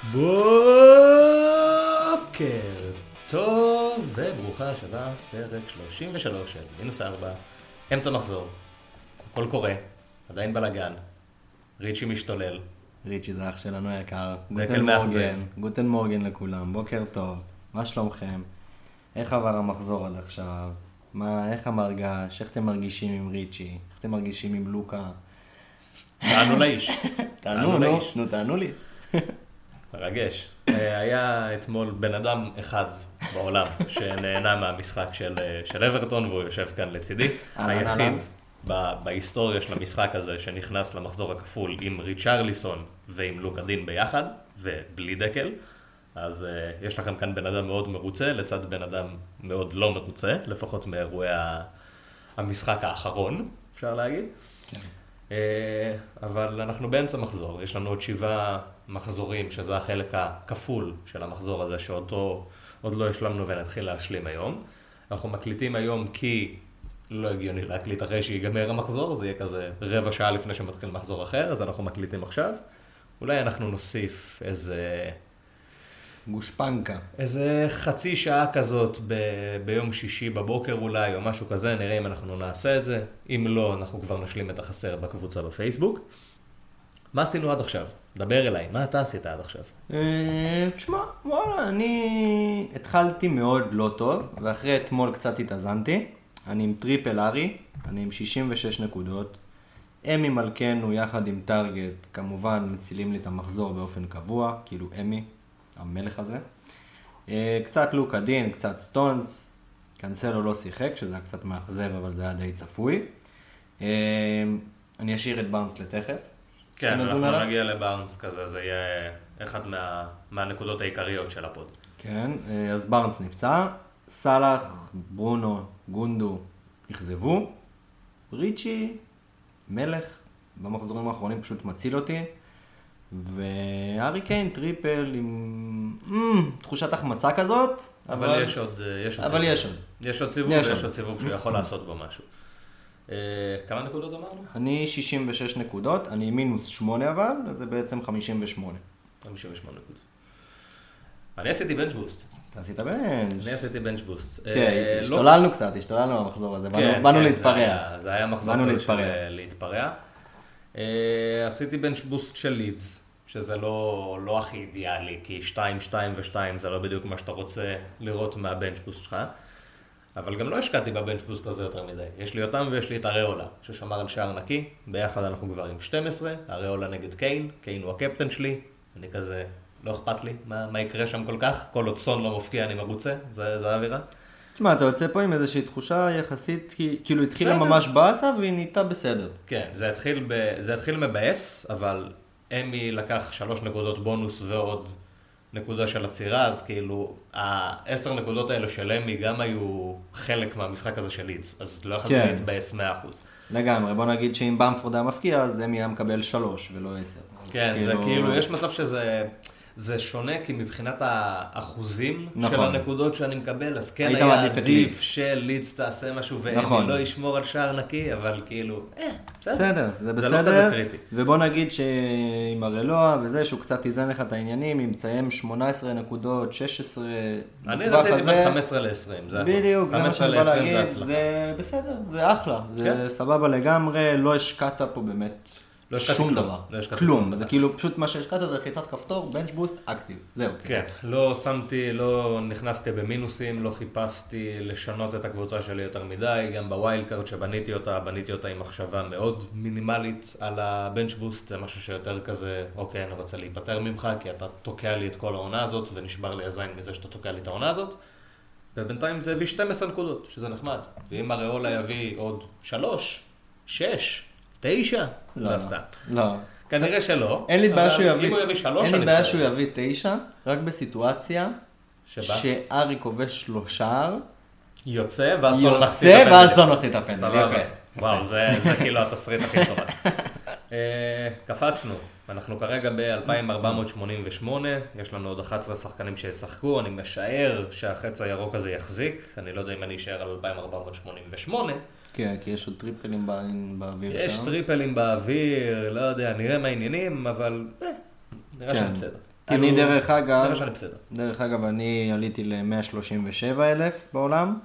בוקר טוב וברוכה השבה, פרק 33 של מינוס 4, אמצע מחזור, הכל קורה, עדיין בלגן, ריצ'י משתולל. ריצ'י זה אח שלנו היקר, גוטן מורגן לכולם, בוקר טוב, מה שלומכם? איך עבר המחזור עד עכשיו? איך המרגש? איך אתם מרגישים עם ריצ'י? איך אתם מרגישים עם לוקה? תענו לאיש. תענו לי. מרגש. היה אתמול בן אדם אחד בעולם שנהנה מהמשחק של אברטון, והוא יושב כאן לצידי. היחיד בהיסטוריה של המשחק הזה שנכנס למחזור הכפול עם ריצ'רליסון ועם לוקה דין ביחד, ובלי דקל. אז יש לכם כאן בן אדם מאוד מרוצה, לצד בן אדם מאוד לא מרוצה, לפחות מאירועי המשחק האחרון, אפשר להגיד. כן. אבל אנחנו באמצע מחזור, יש לנו עוד 7 מחזורים, שזה החלק הכפול של המחזור הזה, שאותו עוד לא השלמנו ונתחיל להשלים היום. אנחנו מקליטים היום כי לא הגיוני להקליט אחרי שיגמר המחזור, זה יהיה כזה רבע שעה לפני שמתחיל מחזור אחר, אז אנחנו מקליטים עכשיו. אולי אנחנו נוסיף גושפנקה. איזה חצי שעה כזאת ביום שישי בבוקר אולי, או משהו כזה, נראה אם אנחנו נעשה את זה. אם לא, אנחנו כבר נשלים את החסר בקבוצה בפייסבוק. מה עשינו עד עכשיו? דבר אליי, מה אתה עשית עד עכשיו? תשמע, וואלה, אני התחלתי מאוד לא טוב, ואחרי אתמול קצת התאזנתי. אני עם טריפל ארי, אני עם 66 נקודות. אמי מלכנו יחד עם טארגט, כמובן מצילים לי את המחזור באופן קבוע, כאילו אמי. המלך הזה. קצת לוקה דין, קצת סטונס, קנסלו לא שיחק, שזה היה קצת מאכזב, אבל זה היה די צפוי. אני אשאיר את בארנס לתכף. כן, אנחנו נגיע לבארנס כזה, זה יהיה אחד מהנקודות העיקריות של הפוד. כן, אז בארנס נפצע, סלאח, ברונו, גונדו, יחזבו. ריצ'י, מלך, במחזורים האחרונים פשוט מציל אותי. והארי קיין טריפל עם תחושת החמצה כזאת, אבל יש עוד סיבוב ויש עוד סיבוב שהוא יכול לעשות בו משהו. כמה נקודות אמרנו? אני 66 נקודות, אני מינוס 8 אבל, אז זה בעצם 58. 58 נקודות. אני עשיתי בנץ' בוסט. אתה עשית בנץ'. אני עשיתי בנץ' בוסט. כן, השתוללנו במחזור הזה, באנו להתפרע. זה היה מחזור להתפרע. עשיתי בנץ' בוסט של לידס, שזה לא הכי אידיאלי, כי 2, 2 ו-2 זה לא בדיוק מה שאתה רוצה לראות מהבנץ' בוסט שלך, אבל גם לא השקעתי בבנץ' בוסט הזה יותר מדי. יש לי אותם ויש לי את הריאולה, ששמר על שער נקי, ביחד אנחנו כבר עם 12, הריאולה נגד קיין, קיין הוא הקפטן שלי, אני כזה, לא אכפת לי מה יקרה שם כל כך, כל עוד סון לא מפקיע אני מרוצה, זה האווירה. תשמע, אתה יוצא פה עם איזושהי תחושה יחסית, כאילו התחילה ממש באסה והיא נהייתה בסדר. כן, זה התחיל מבאס, אבל אמי לקח 3 נקודות בונוס ועוד נקודה של הצירה, אז כאילו, 10 נקודות האלה של אמי גם היו חלק מהמשחק הזה של לידס, אז לא יכולתי להתבאס 100%. לגמרי, בוא נגיד שאם במפורד היה מפקיע, אז אמי היה מקבל 3 ולא 10. כן, זה כאילו, יש מצב זה שונה, כי מבחינת האחוזים של הנקודות שאני מקבל, אז כן היה עדיף של לידס תעשה משהו ואמי לא ישמור על שער נקי, אבל כאילו, בסדר, זה בסדר. זה לא כזה קריטי. ובוא נגיד שעם הרלואה וזה, שהוא קצת איזן לך את העניינים, עם מציים 18 נקודות, 16, אני רציתי בין 15 ל-20, זה בדיוק, זה מה שאני בא להגיד, זה בסדר, זה אחלה, זה סבבה לגמרי, לא השקעת פה באמת. שום דבר, כלום, זה כאילו פשוט מה שהשקעת זה חיצת כפתור, בנץ' בוסט, אקטיב, זהו. כן, לא נכנסתי במינוסים, לא חיפשתי לשנות את הקבוצה שלי יותר מדי, גם בוויילד קארד שבניתי אותה עם מחשבה מאוד מינימלית על הבנץ' בוסט, זה משהו שיותר כזה, אוקיי, אני רוצה להיפטר ממך, כי אתה תוקע לי את כל העונה הזאת, ונשבר לי הזין מזה שאתה תוקע לי את העונה הזאת, ובינתיים זה הביא 12 נקודות, שזה נחמד, ואם הריאולה יביא עוד 3, 6, 9? לא. כנראה שלא. אין לי בעיה שהוא יביא, אם הוא יביא 3, אני בסדר. אין לי בעיה שהוא יביא 9, רק בסיטואציה שארי כובש 3 שער. יוצא, והסון מחטיא את הפנדל. סבבה. וואו, זה כאילו התסריט הכי טוב. קפצנו. אנחנו כרגע ב-2488, יש לנו עוד 11 שחקנים שישחקו, אני משער שהחץ הירוק הזה יחזיק, אני לא יודע אם אני אשאר על 2488. כן, כי יש עוד טריפלים באוויר שם. יש טריפלים באוויר, לא יודע, נראה מה העניינים, אבל נראה שאני בסדר. אני דרך אגב, אני עליתי ל-137,000 בעולם.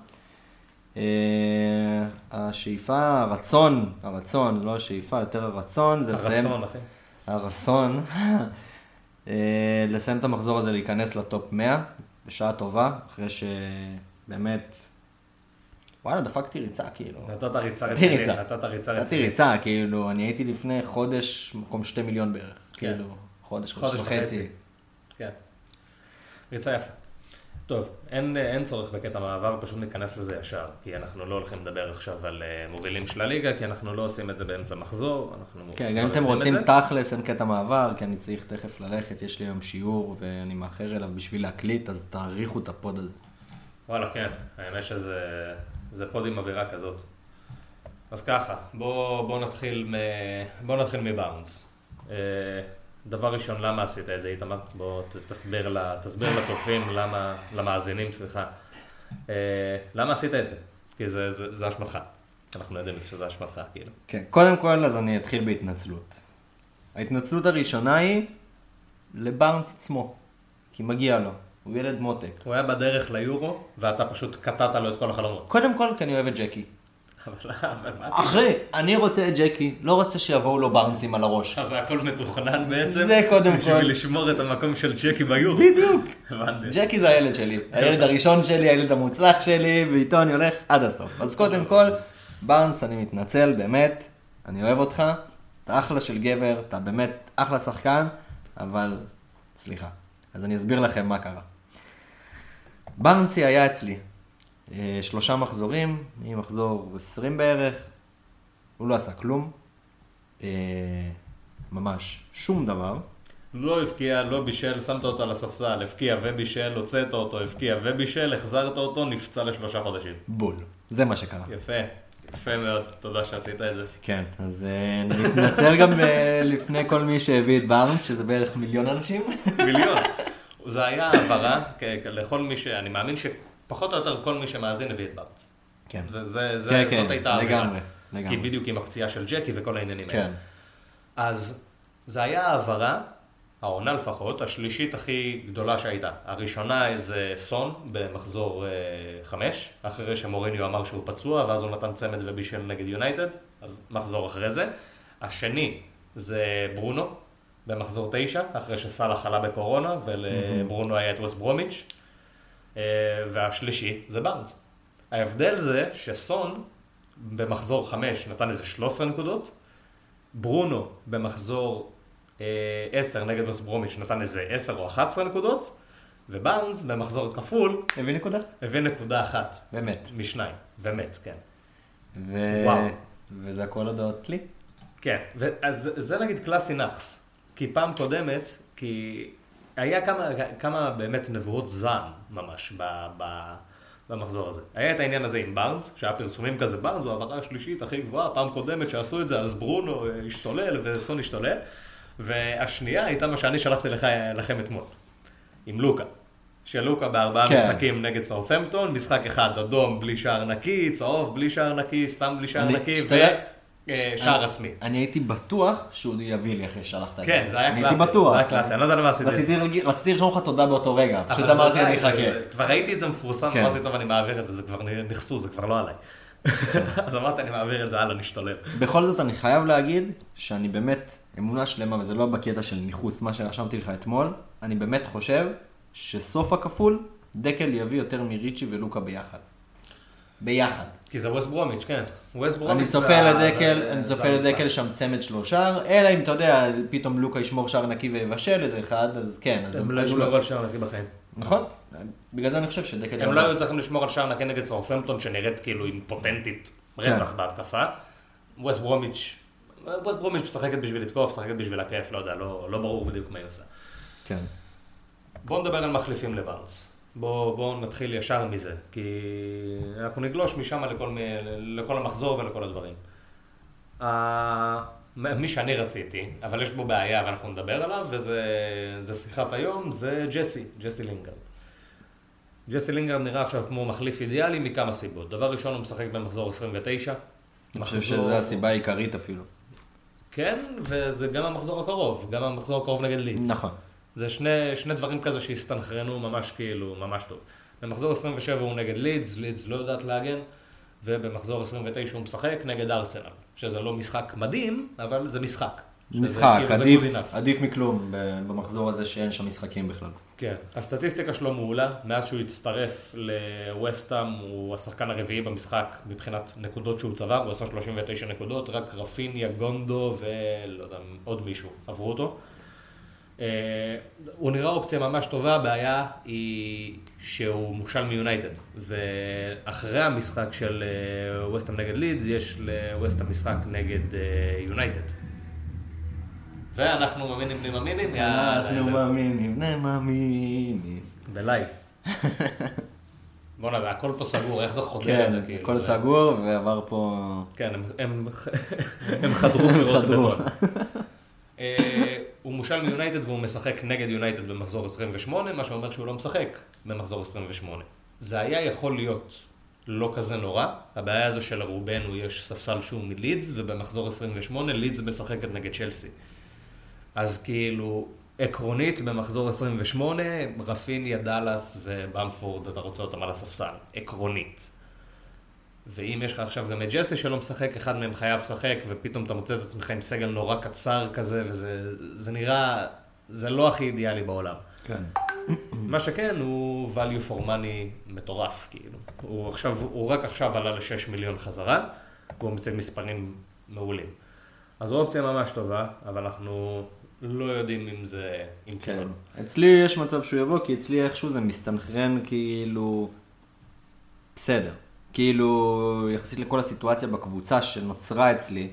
השאיפה, הרצון, לא השאיפה, יותר הרצון, זה לסיים... הרצון, אחי. הרצון, לסיים את המחזור הזה, להיכנס לטופ 100, בשעה טובה, אחרי שבאמת, וואלה, דפקתי ריצה, כאילו. נתת ריצה רצינית. נתתי ריצה, כאילו, אני הייתי לפני חודש, מקום 2 מיליון בערך, כאילו, חודש וחצי. כן, ריצה יפה. טוב, אין צורך בקטע מעבר, פשוט ניכנס לזה ישר, כי אנחנו לא הולכים לדבר עכשיו על מובילים של הליגה, כי אנחנו לא עושים את זה באמצע מחזור. כן, גם אם אתם רוצים תכלס, אין קטע מעבר, כי אני צריך תכף ללכת, יש לי היום שיעור, ואני מאחר אליו בשביל להקליט, אז תעריכו את הפוד הזה. וואלה, כן, האמת שזה פוד עם אווירה כזאת. אז ככה, בוא נתחיל מבארנס. דבר ראשון, למה עשית את זה, איתמר? בוא תסביר לצופים, למאזינים, סליחה. למה עשית את זה? כי זה אשמתך. אנחנו יודעים שזה אשמתך, כאילו. כן, קודם כל, אז אני אתחיל בהתנצלות. ההתנצלות הראשונה היא לבארנס עצמו, כי מגיע לו. הוא ילד מותק. הוא היה בדרך ליורו, ואתה פשוט קטעת לו את כל החלומות. קודם כל, כי אני אוהב את ג'קי. אחי, אני רוצה את ג'קי, לא רוצה שיבואו לו בארנסים על הראש. אז זה הכל מתוכנן בעצם? זה קודם כל. בשביל לשמור את המקום של ג'קי ביורו. בדיוק. ג'קי זה הילד שלי. הילד הראשון שלי, הילד המוצלח שלי, ואיתו אני הולך עד הסוף. אז קודם כל, בארנס, אני מתנצל, באמת, אני אוהב אותך, אתה אחלה של גבר, אתה באמת אחלה שחקן, אבל, סליחה. אז אני אסביר לכם מה קרה. בארנסי היה אצלי. 3 מחזורים, מחזור 20 בערך, הוא לא עשה כלום, ממש שום דבר. לא הפקיע, לא בישל, שמת אותו על הספסל, הפקיע ובישל, הוצאת אותו, הפקיע ובישל, החזרת אותו, נפצע ל3 חודשים. בול, זה מה שקרה. יפה מאוד, תודה שעשית את זה. כן, אז אני מתנצל גם לפני כל מי שהביא את בארנס, שזה בערך 1,000,000 אנשים. 1,000,000. זה היה העברה, לכל מי אני מאמין פחות או יותר כל מי שמאזין הביא את בארנס. כן. זאת הייתה העבירה. לגמרי. כי בדיוק עם הפציעה של ג'קי וכל העניינים האלה. כן. אז זה היה העברה, העונה לפחות, השלישית הכי גדולה שהייתה. הראשונה זה סון במחזור 5, אחרי שמוריניו אמר שהוא פצוע, ואז הוא נתן צמד ובישל נגד יונייטד, אז מחזור אחרי זה. השני זה ברונו במחזור 9, אחרי שסלאח חלה בקורונה, ולברונו היה את ווסט ברומיץ'. והשלישי זה בארנס. ההבדל זה שסון במחזור 5 נתן איזה 13 נקודות, ברונו במחזור 10 נגד ווסט ברומיץ' נתן איזה 10 או 11 נקודות, ובארנס במחזור כפול הביא נקודה אחת. באמת. משניים, באמת, כן. וזה הכל הודעות לי? כן, אז זה נגיד קלאסי נחס, כי פעם קודמת, היה כמה באמת נבואות זעם ממש במחזור הזה. היה את העניין הזה עם בארנס, שהיה פרסומים כזה, בארנס זו העברה השלישית הכי גבוהה, פעם קודמת שעשו את זה, אז ברונו השתולל וסון השתולל, והשנייה הייתה מה שאני שלחתי לכם אתמול, עם לוקה. שלוקה ב4 משחקים נגד סאות'המפטון, משחק אחד אדום בלי שער נקי, צהוב בלי שער נקי, סתם בלי שער נקי, שער עצמי. אני הייתי בטוח שהוא יביא לי אחרי שלחת את זה. כן, זה היה קלאסי. אני הייתי בטוח. זה היה קלאסי, אני לא יודע למה עשיתי את זה. רציתי לרשום לך תודה באותו רגע, פשוט אמרתי אני אחכה. כבר ראיתי את זה מפורסם, אמרתי טוב אני מעביר את זה, זה כבר נחסו, זה כבר לא עליי. אז אמרתי אני מעביר את זה, הלאה נשתולל. בכל זאת אני חייב להגיד שאני באמת אמונה שלמה, וזה לא בקטע של ניחוס, מה שרשמתי לך אתמול, אני באמת חושב שסוף הכפול, דקל יביא יותר מריצ'י ולוקה ביחד. כי זה ווסט ברומיץ', כן. אני צופה לדקל שם צמד 3 שער, אלא אם אתה יודע, פתאום לוקה ישמור שער נקי ויבשל איזה אחד, אז כן. הם לא ישמרו על שער נקי בחיים. נכון, בגלל זה אני חושב שדקל... הם לא היו צריכים לשמור על שער נקי נגד סאות'המפטון, שנראית כאילו אימפוטנטית רצח בהתקפה. ווסט ברומיץ' משחקת בשביל לתקוף, משחקת בשביל הכיף, לא יודע, לא ברור בדיוק מה היא עושה. כן. בואו נדבר על מחליפים לבארנס. בואו נתחיל ישר מזה, כי אנחנו נגלוש משם לכל המחזור ולכל הדברים. מי שאני רציתי, אבל יש בו בעיה ואנחנו נדבר עליו, וזה שיחת היום, זה ג'סי לינגארד. ג'סי לינגארד נראה עכשיו כמו מחליף אידיאלי מכמה סיבות. דבר ראשון, הוא משחק במחזור 29. אני חושב שזו הסיבה העיקרית אפילו. כן, וזה גם המחזור הקרוב, גם המחזור הקרוב נגד ליץ. נכון. זה שני דברים כזה שהסתנכרנו ממש כאילו, ממש טוב. במחזור 27 הוא נגד לידס, לידס לא יודעת להגן, ובמחזור 29 הוא משחק נגד ארסנל, שזה לא משחק מדהים, אבל זה משחק. משחק, עדיף מכלום במחזור הזה שאין שם משחקים בכלל. כן, הסטטיסטיקה שלו מעולה, מאז שהוא הצטרף לווסטהאם, הוא השחקן הרביעי במשחק מבחינת נקודות שהוא צבר, הוא עשה 39 נקודות, רק רפיניה, גונדו ולא יודע, עוד מישהו עברו אותו. הוא נראה אופציה ממש טובה, הבעיה היא שהוא מושל מיונייטד, ואחרי המשחק של ווסטהאם נגד לידס, יש לווסטהאם משחק נגד יונייטד. ואנחנו מאמינים נמאמינים, אנחנו מאמינים נמאמינים. בלייב. בוא נדע, הכל פה סגור, איך זה חודר את זה כאילו. הכל סגור ועבר פה... כן, הם חדרו מרוץ בטון. הוא מושל מיונייטד והוא משחק נגד יונייטד במחזור 28, מה שאומר שהוא לא משחק במחזור 28. זה היה יכול להיות לא כזה נורא, הבעיה הזו שלרובנו יש ספסל שהוא מלידס, ובמחזור 28 לידס משחקת נגד צ'לסי. אז כאילו, עקרונית במחזור 28, רפיניה, דאלאס ובמפורד, אתה רוצה אותם על הספסל, עקרונית. ואם יש לך עכשיו גם את ג'סי שלא משחק, אחד מהם חייב לשחק, ופתאום אתה מוצא את עצמך עם סגל נורא קצר כזה, וזה נראה, זה לא הכי אידיאלי בעולם. כן. מה שכן, הוא value for money מטורף, כאילו. הוא רק עכשיו עלה ל6 מיליון חזרה, והוא מציג מספרים מעולים. אז זו אופציה ממש טובה, אבל אנחנו לא יודעים אם זה... כן. אצלי יש מצב שהוא יבוא, כי אצלי איכשהו זה מסתנכרן כאילו... בסדר. כאילו, יחסית לכל הסיטואציה בקבוצה שנוצרה אצלי,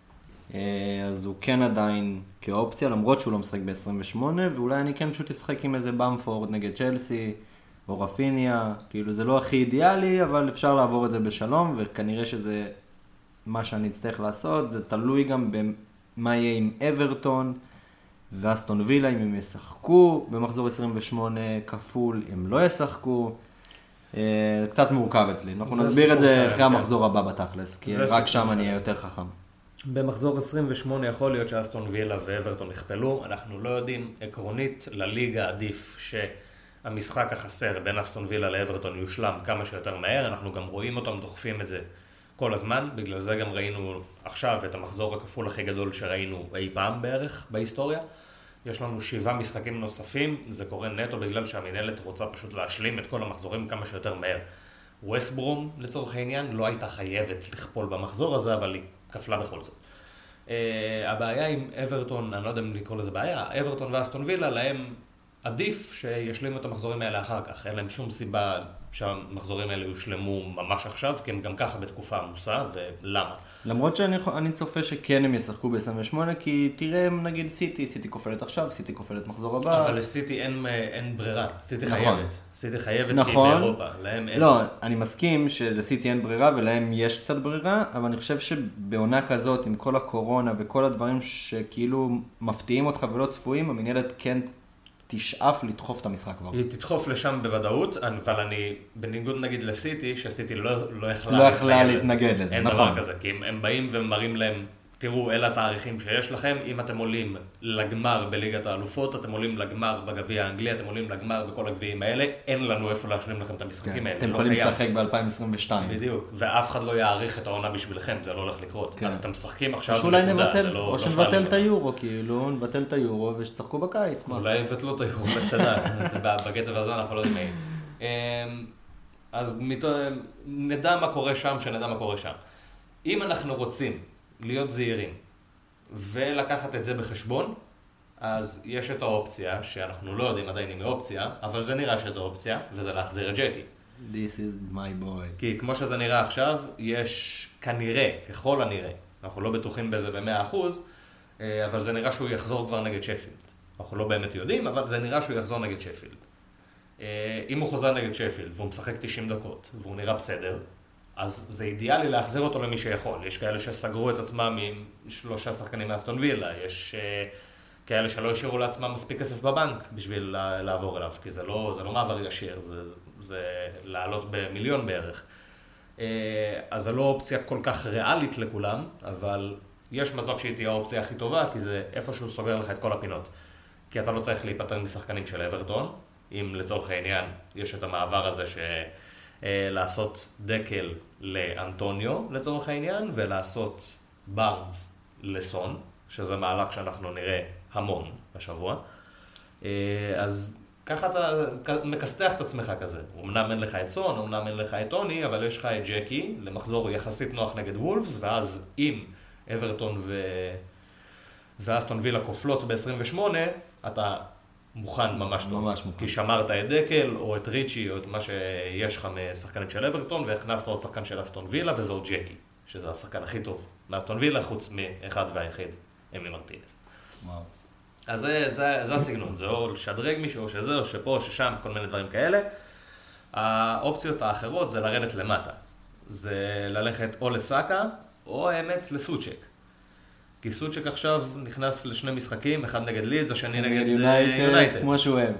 אז הוא כן עדיין כאופציה, למרות שהוא לא משחק ב-28, ואולי אני כן פשוט אשחק עם איזה במפורד נגד צ'לסי, או רפיניה, כאילו זה לא הכי אידיאלי, אבל אפשר לעבור את זה בשלום, וכנראה שזה מה שאני אצטרך לעשות, זה תלוי גם במה יהיה עם אברטון, ואסטון וילה, אם הם ישחקו, במחזור 28 כפול, הם לא ישחקו, קצת מורכב אצלי. אנחנו נסביר את זה אחרי המחזור הבא בתכלס, כי רק שם אני אהיה יותר חכם. במחזור 28 יכול להיות שאסטון וילה ואברטון יכפלו, אנחנו לא יודעים, עקרונית לליגה עדיף שהמשחק החסר בין אסטון וילה לאברטון יושלם כמה שיותר מהר, אנחנו גם רואים אותם דוחפים את זה כל הזמן, בגלל זה גם ראינו עכשיו את המחזור הכפול הכי גדול שראינו אי פעם בערך בהיסטוריה. יש לנו 7 משחקים נוספים, זה קורה נטו בגלל שהמנהלת רוצה פשוט להשלים את כל המחזורים כמה שיותר מהר. ווסט ברום, לצורך העניין, לא הייתה חייבת לכפול במחזור הזה, אבל היא כפלה בכל זאת. הבעיה עם אברטון, אני לא יודע אם לקרוא לזה בעיה, אברטון ואסטון וילה, להם עדיף שישלימו את המחזורים האלה אחר כך. אין להם שום סיבה שהמחזורים האלה יושלמו ממש עכשיו, כי הם גם ככה בתקופה עמוסה, ולמה? למרות שאני צופה שכן הם ישחקו ב-28, כי תראה, נגיד סיטי כופלת עכשיו, סיטי כופלת מחזור הבא. אבל לסיטי אין ברירה, סיטי חייבת. סיטי חייבת כי באירופה, להם אין. לא, אני מסכים שלסיטי אין ברירה, ולהם יש קצת ברירה, אבל אני חושב שבעונה כזאת, עם כל הקורונה וכל הדברים שכאילו מפתיעים אותך ולא צפויים, המנהלת כן תשאף לדחוף את המשחק כבר. היא תדחוף לשם בוודאות, אבל אני, בניגוד נגיד לסיטי, שהסיטי לא יכלה להתנגד לזה, אין נכון. דבר כזה, כי הם באים ומראים להם, תראו, אלה התאריכים שיש לכם, אם אתם עולים לגמר בליגת האלופות, אתם עולים לגמר בגביע האנגלי, אתם עולים לגמר בכל הגביעים האלה, אין לנו איפה להשלים לכם את המשחקים האלה. אתם יכולים לשחק ב-2022. בדיוק, ואף אחד לא יעריך את העונה בשבילכם, זה לא הולך לקרות. אז אתם משחקים עכשיו או שנבטל את היורו, כאילו, נבטל את היורו ושצחקו בקיץ. אולי יבטלו את היורו, לך תדע, בקצב הזה אנחנו לא יודעים. אז נדע מה קורה שם, שנדע מה קורה שם. אם אנחנו רוצים להיות זהירים ולקחת את זה בחשבון, אז יש את האופציה, שאנחנו לא יודעים עדיין אם היא אופציה, אבל זה נראה שזו אופציה, וזה להחזיר את ג'קי. This is my boy. כי כמו שזה נראה עכשיו, יש כנראה, ככל הנראה, אנחנו לא בטוחים בזה ב100%, אבל זה נראה שהוא יחזור כבר נגד שפילד. אנחנו לא באמת יודעים, אבל זה נראה שהוא יחזור נגד שפילד. אם הוא חוזר נגד שפילד, והוא משחק 90 דקות, והוא נראה בסדר, אז זה אידיאלי להחזיר אותו למי שיכול. יש כאלה שסגרו את עצמם עם 3 שחקנים מאסטון וילה, יש כאלה שלא השאירו לעצמם מספיק כסף בבנק בשביל לעבור אליו, כי זה לא מעבר ישיר, זה לעלות במיליון בערך. אז זה לא אופציה כל כך ריאלית לכולם, אבל יש מצב שהיא תהיה האופציה הכי טובה, כי זה איפשהו סוגר לך את כל הפינות. כי אתה לא צריך להיפטר משחקנים של אברטון, אם לצורך העניין יש את המעבר הזה לעשות דקל לאנטוניו לצורך העניין, ולעשות בארנס לסון, שזה מהלך שאנחנו נראה המון בשבוע. אז ככה אתה מקסתח את עצמך כזה. אמנם אין לך את סון, אמנם אין לך את טוני, אבל יש לך את ג'קי למחזור יחסית נוח נגד וולפס, ואז אם אברטון ואסטון וילה כופלות ב-28, אתה מוכן ממש טוב. ממש מוכן. כי שמרת את דקל, או את ריצ'י, או את מה שיש לך משחקנים של אברטון, והכנסת עוד שחקן של אסטון וילה, וזהו ג'קי, שזה השחקן הכי טוב מאסטון וילה, חוץ מאחד והיחיד, אמי מרטינס. וואו. אז זה הסגנון, זה או לשדרג מישהו, או שזה, או שפה, או ששם, כל מיני דברים כאלה. האופציות האחרות זה לרדת למטה. זה ללכת או לסאקה, או האמת לסוצ'ק. כי סוצ'ק עכשיו נכנס לשני משחקים, אחד נגד לידס, השני נגד יונייטד. כמו שהוא אוהב.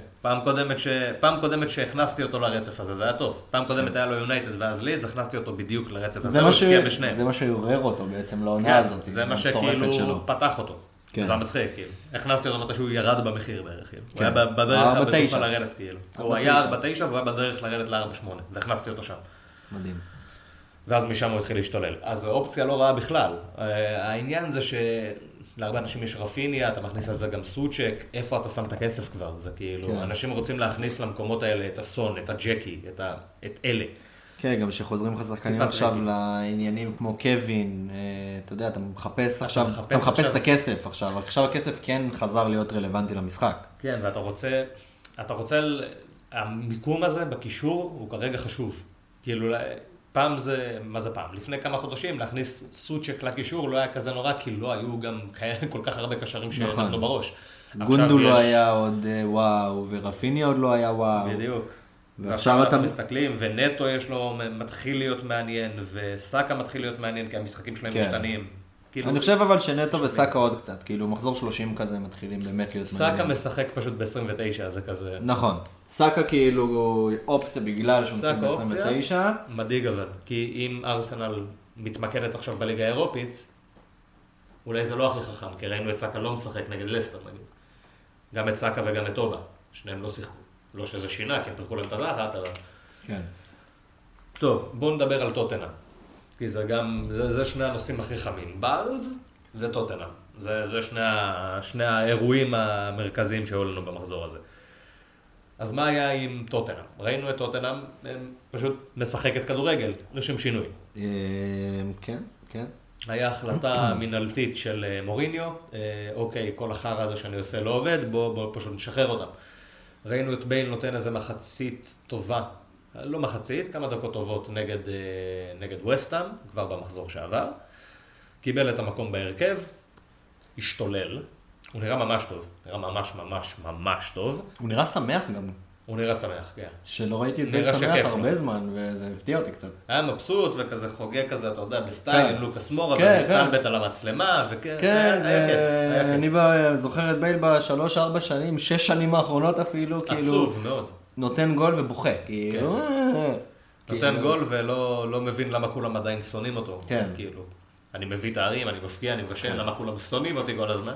פעם קודמת שהכנסתי אותו לרצף הזה, זה היה טוב. פעם קודמת היה לו יונייטד ואז לידס, הכנסתי אותו בדיוק לרצף הזה, הוא השקיע בשניהם. זה מה שעורר אותו בעצם לעונה הזאת. זה מה שכאילו פתח אותו. זה המצחיק, כאילו. הכנסתי אותו מתי שהוא ירד במחיר בערך, כאילו. הוא היה בדרך בטוחה לרדת, כאילו. הוא היה 4-9 והוא היה בדרך לרדת ל-4-8, והכנסתי אותו שם. מדהים. ואז משם הוא התחיל להשתולל. אז האופציה לא רעה בכלל. העניין זה שלהרבה אנשים יש רפיניה, אתה מכניס על זה גם סוצ'ק, איפה אתה שם את הכסף כבר? זה כאילו, אנשים רוצים להכניס למקומות האלה את הסון, את הג'קי, את אלה. כן, גם שחוזרים לך שחקנים עכשיו לעניינים כמו קווין, אתה יודע, אתה מחפש עכשיו, אתה מחפש את הכסף עכשיו, עכשיו הכסף כן חזר להיות רלוונטי למשחק. כן, ואתה רוצה, המיקום הזה בקישור הוא כרגע חשוב. כאילו, פעם זה, מה זה פעם? לפני כמה חודשים להכניס סוצ'ק לקישור לא היה כזה נורא, כי לא היו גם כל כך הרבה קשרים שנתנו בראש. גונדו לא היה עוד וואו, ורפיניה עוד לא היה וואו. בדיוק. ועכשיו אנחנו מסתכלים, ונטו יש לו, מתחיל להיות מעניין, וסאקה מתחיל להיות מעניין, כי המשחקים שלהם משתנים. אני חושב אבל שנטו וסאקה עוד קצת, כאילו מחזור 30 כזה מתחילים באמת להיות מעניין. סאקה משחק פשוט ב-29, זה כזה... נכון. סאקה כאילו אופציה בגלל שהוא משחק ב-29. מדאיג אבל, כי אם ארסנל מתמקדת עכשיו בליגה האירופית, אולי זה לא הכי חכם, כי ראינו את סאקה לא משחק נגד לסטר נגיד. גם את סאקה וגם את טובה, שניהם לא שיחקו. לא שזה שינה, כי הם פרקו להם את הדחת, אבל... כן. טוב, בואו נדבר על טוטנהאם. כי זה גם, זה שני הנושאים הכי חמים. בארנס וטוטנהאם. זה שני האירועים המרכזיים שהיו לנו במחזור הזה. אז מה היה עם טוטנהאם? ראינו את טוטנהאם, פשוט משחקת כדורגל, לשם שינוי. כן, כן. היה החלטה מנהלתית של מוריניו, אוקיי, כל החרא הזה שאני עושה לא עובד, בואו פשוט נשחרר אותם. ראינו את בייל נותן איזה מחצית טובה, לא מחצית, כמה דקות טובות נגד וסטהאם, כבר במחזור שעבר. קיבל את המקום בהרכב, השתולל, הוא נראה ממש טוב, נראה ממש ממש ממש טוב. הוא נראה שמח גם. הוא נראה שמח, כן. שלא ראיתי את בייל שמח הרבה זמן, וזה הפתיע אותי קצת. היה מבסוט וכזה חוגג כזה, אתה יודע, בסטייל עם לוקאס מורה, ומסתלבט על המצלמה, וכן, היה כיף. אני זוכר את בייל ב3-4 שנים, 6 שנים האחרונות אפילו, כאילו... עצוב מאוד. נותן גול ובוכה, כאילו... נותן גול ולא מבין למה כולם עדיין שונאים אותו. כן. כאילו, אני מביא תארים, אני מפגיע, אני מבשל, למה כולם שונאים אותי כל הזמן.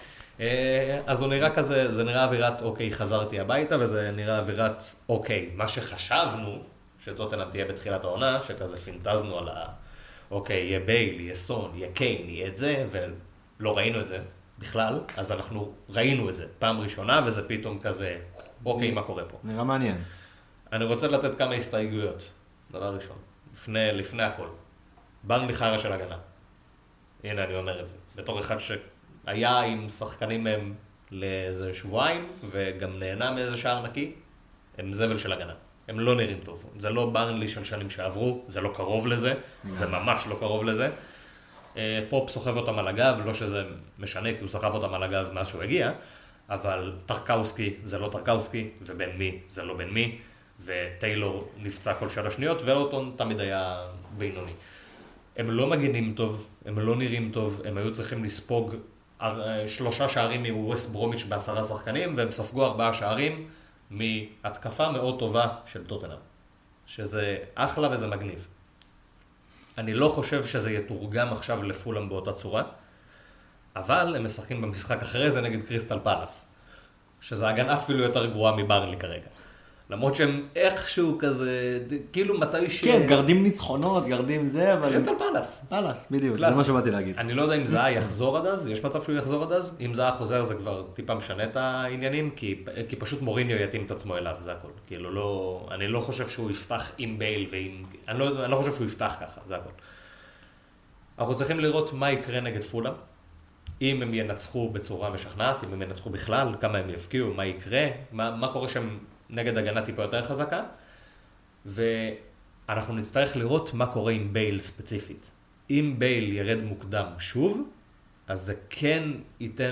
אז הוא נראה כזה, זה נראה אווירת אוקיי, חזרתי הביתה, וזה נראה אווירת אוקיי, מה שחשבנו שטוטנהאם תהיה בתחילת העונה, שכזה פינטזנו על אוקיי, יהיה בייל, יהיה סון, יהיה קיין, יהיה את זה, ולא ראינו את זה בכלל, אז אנחנו ראינו את זה פעם ראשונה, וזה פתאום כזה, אוקיי, מה קורה פה? נראה מעניין. אני רוצה לתת כמה הסתייגויות, דבר ראשון, לפני הכל. ברנלי חרא של הגנה. הנה אני אומר את זה, בתור אחד היה עם שחקנים מהם לאיזה שבועיים, וגם נהנה מאיזה שער נקי, הם זבל של הגנה. הם לא נראים טוב. זה לא ברנלי של שנים שעברו, זה לא קרוב לזה, זה ממש לא קרוב לזה. פופ סוחב אותם על הגב, לא שזה משנה, כי הוא סחב אותם על הגב מאז שהוא הגיע, אבל טרקאוסקי זה לא טרקאוסקי, ובן מי זה לא בן מי, וטיילור נפצע כל 3 שניות, ואלטון תמיד היה בינוני. הם לא מגינים טוב, הם לא נראים טוב, הם היו צריכים לספוג 3 שערים מווסט ברומיץ' ב10 שחקנים, והם ספגו 4 שערים מהתקפה מאוד טובה של טוטנהאם. שזה אחלה וזה מגניב. אני לא חושב שזה יתורגם עכשיו לפולהאם באותה צורה, אבל הם משחקים במשחק אחרי זה נגד קריסטל פלאס. שזה הגנה אפילו יותר גרועה מברלי כרגע. למרות שהם איכשהו כזה, כאילו מתי כן, גרדים ניצחונות, גרדים זה, אבל... קריסטל פלאס. פלאס, בדיוק, זה מה שבאתי להגיד. אני לא יודע אם זהה יחזור עד אז, יש מצב שהוא יחזור עד אז? אם זהה חוזר זה כבר טיפה משנה את העניינים, כי פשוט מוריניו יתאים את עצמו אליו, זה הכל. כאילו לא, אני לא חושב שהוא יפתח עם בייל ועם... אני לא חושב שהוא יפתח ככה, זה הכל. אנחנו צריכים לראות מה יקרה נגד פולאם, אם הם ינצחו בצורה משכנעת, אם הם ינצחו בכלל, כמה הם יפקיעו, מה יקרה, מה קורה שם נגד הגנה טיפה יותר חזקה, ואנחנו נצטרך לראות מה קורה עם בייל ספציפית. אם בייל ירד מוקדם שוב, אז זה כן ייתן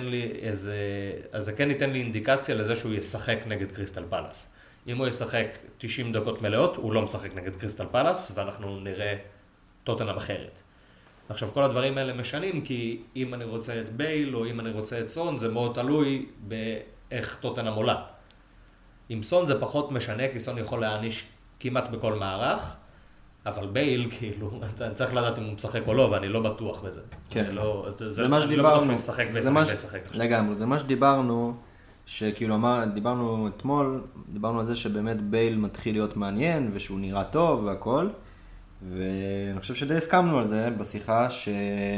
לי אינדיקציה לזה שהוא ישחק נגד קריסטל פלאס. אם הוא ישחק 90 דקות מלאות, הוא לא משחק נגד קריסטל פלאס, ואנחנו נראה טוטנהאם אחרת. עכשיו, כל הדברים האלה משנים, כי אם אני רוצה את בייל או אם אני רוצה את סון, זה מאוד תלוי באיך טוטנהאם עולה. עם סון זה פחות משנה, כי סון יכול להעניש כמעט בכל מערך, אבל בייל, כאילו, אני צריך לדעת אם הוא משחק או לא, ואני לא בטוח בזה. כן. אני לא בטוח שהוא ישחק וישחק. לגמרי, זה מה שדיברנו, שכאילו דיברנו אתמול, דיברנו על זה שבאמת בייל מתחיל להיות מעניין, ושהוא נראה טוב והכל, ואני חושב שדי הסכמנו על זה בשיחה, שהוא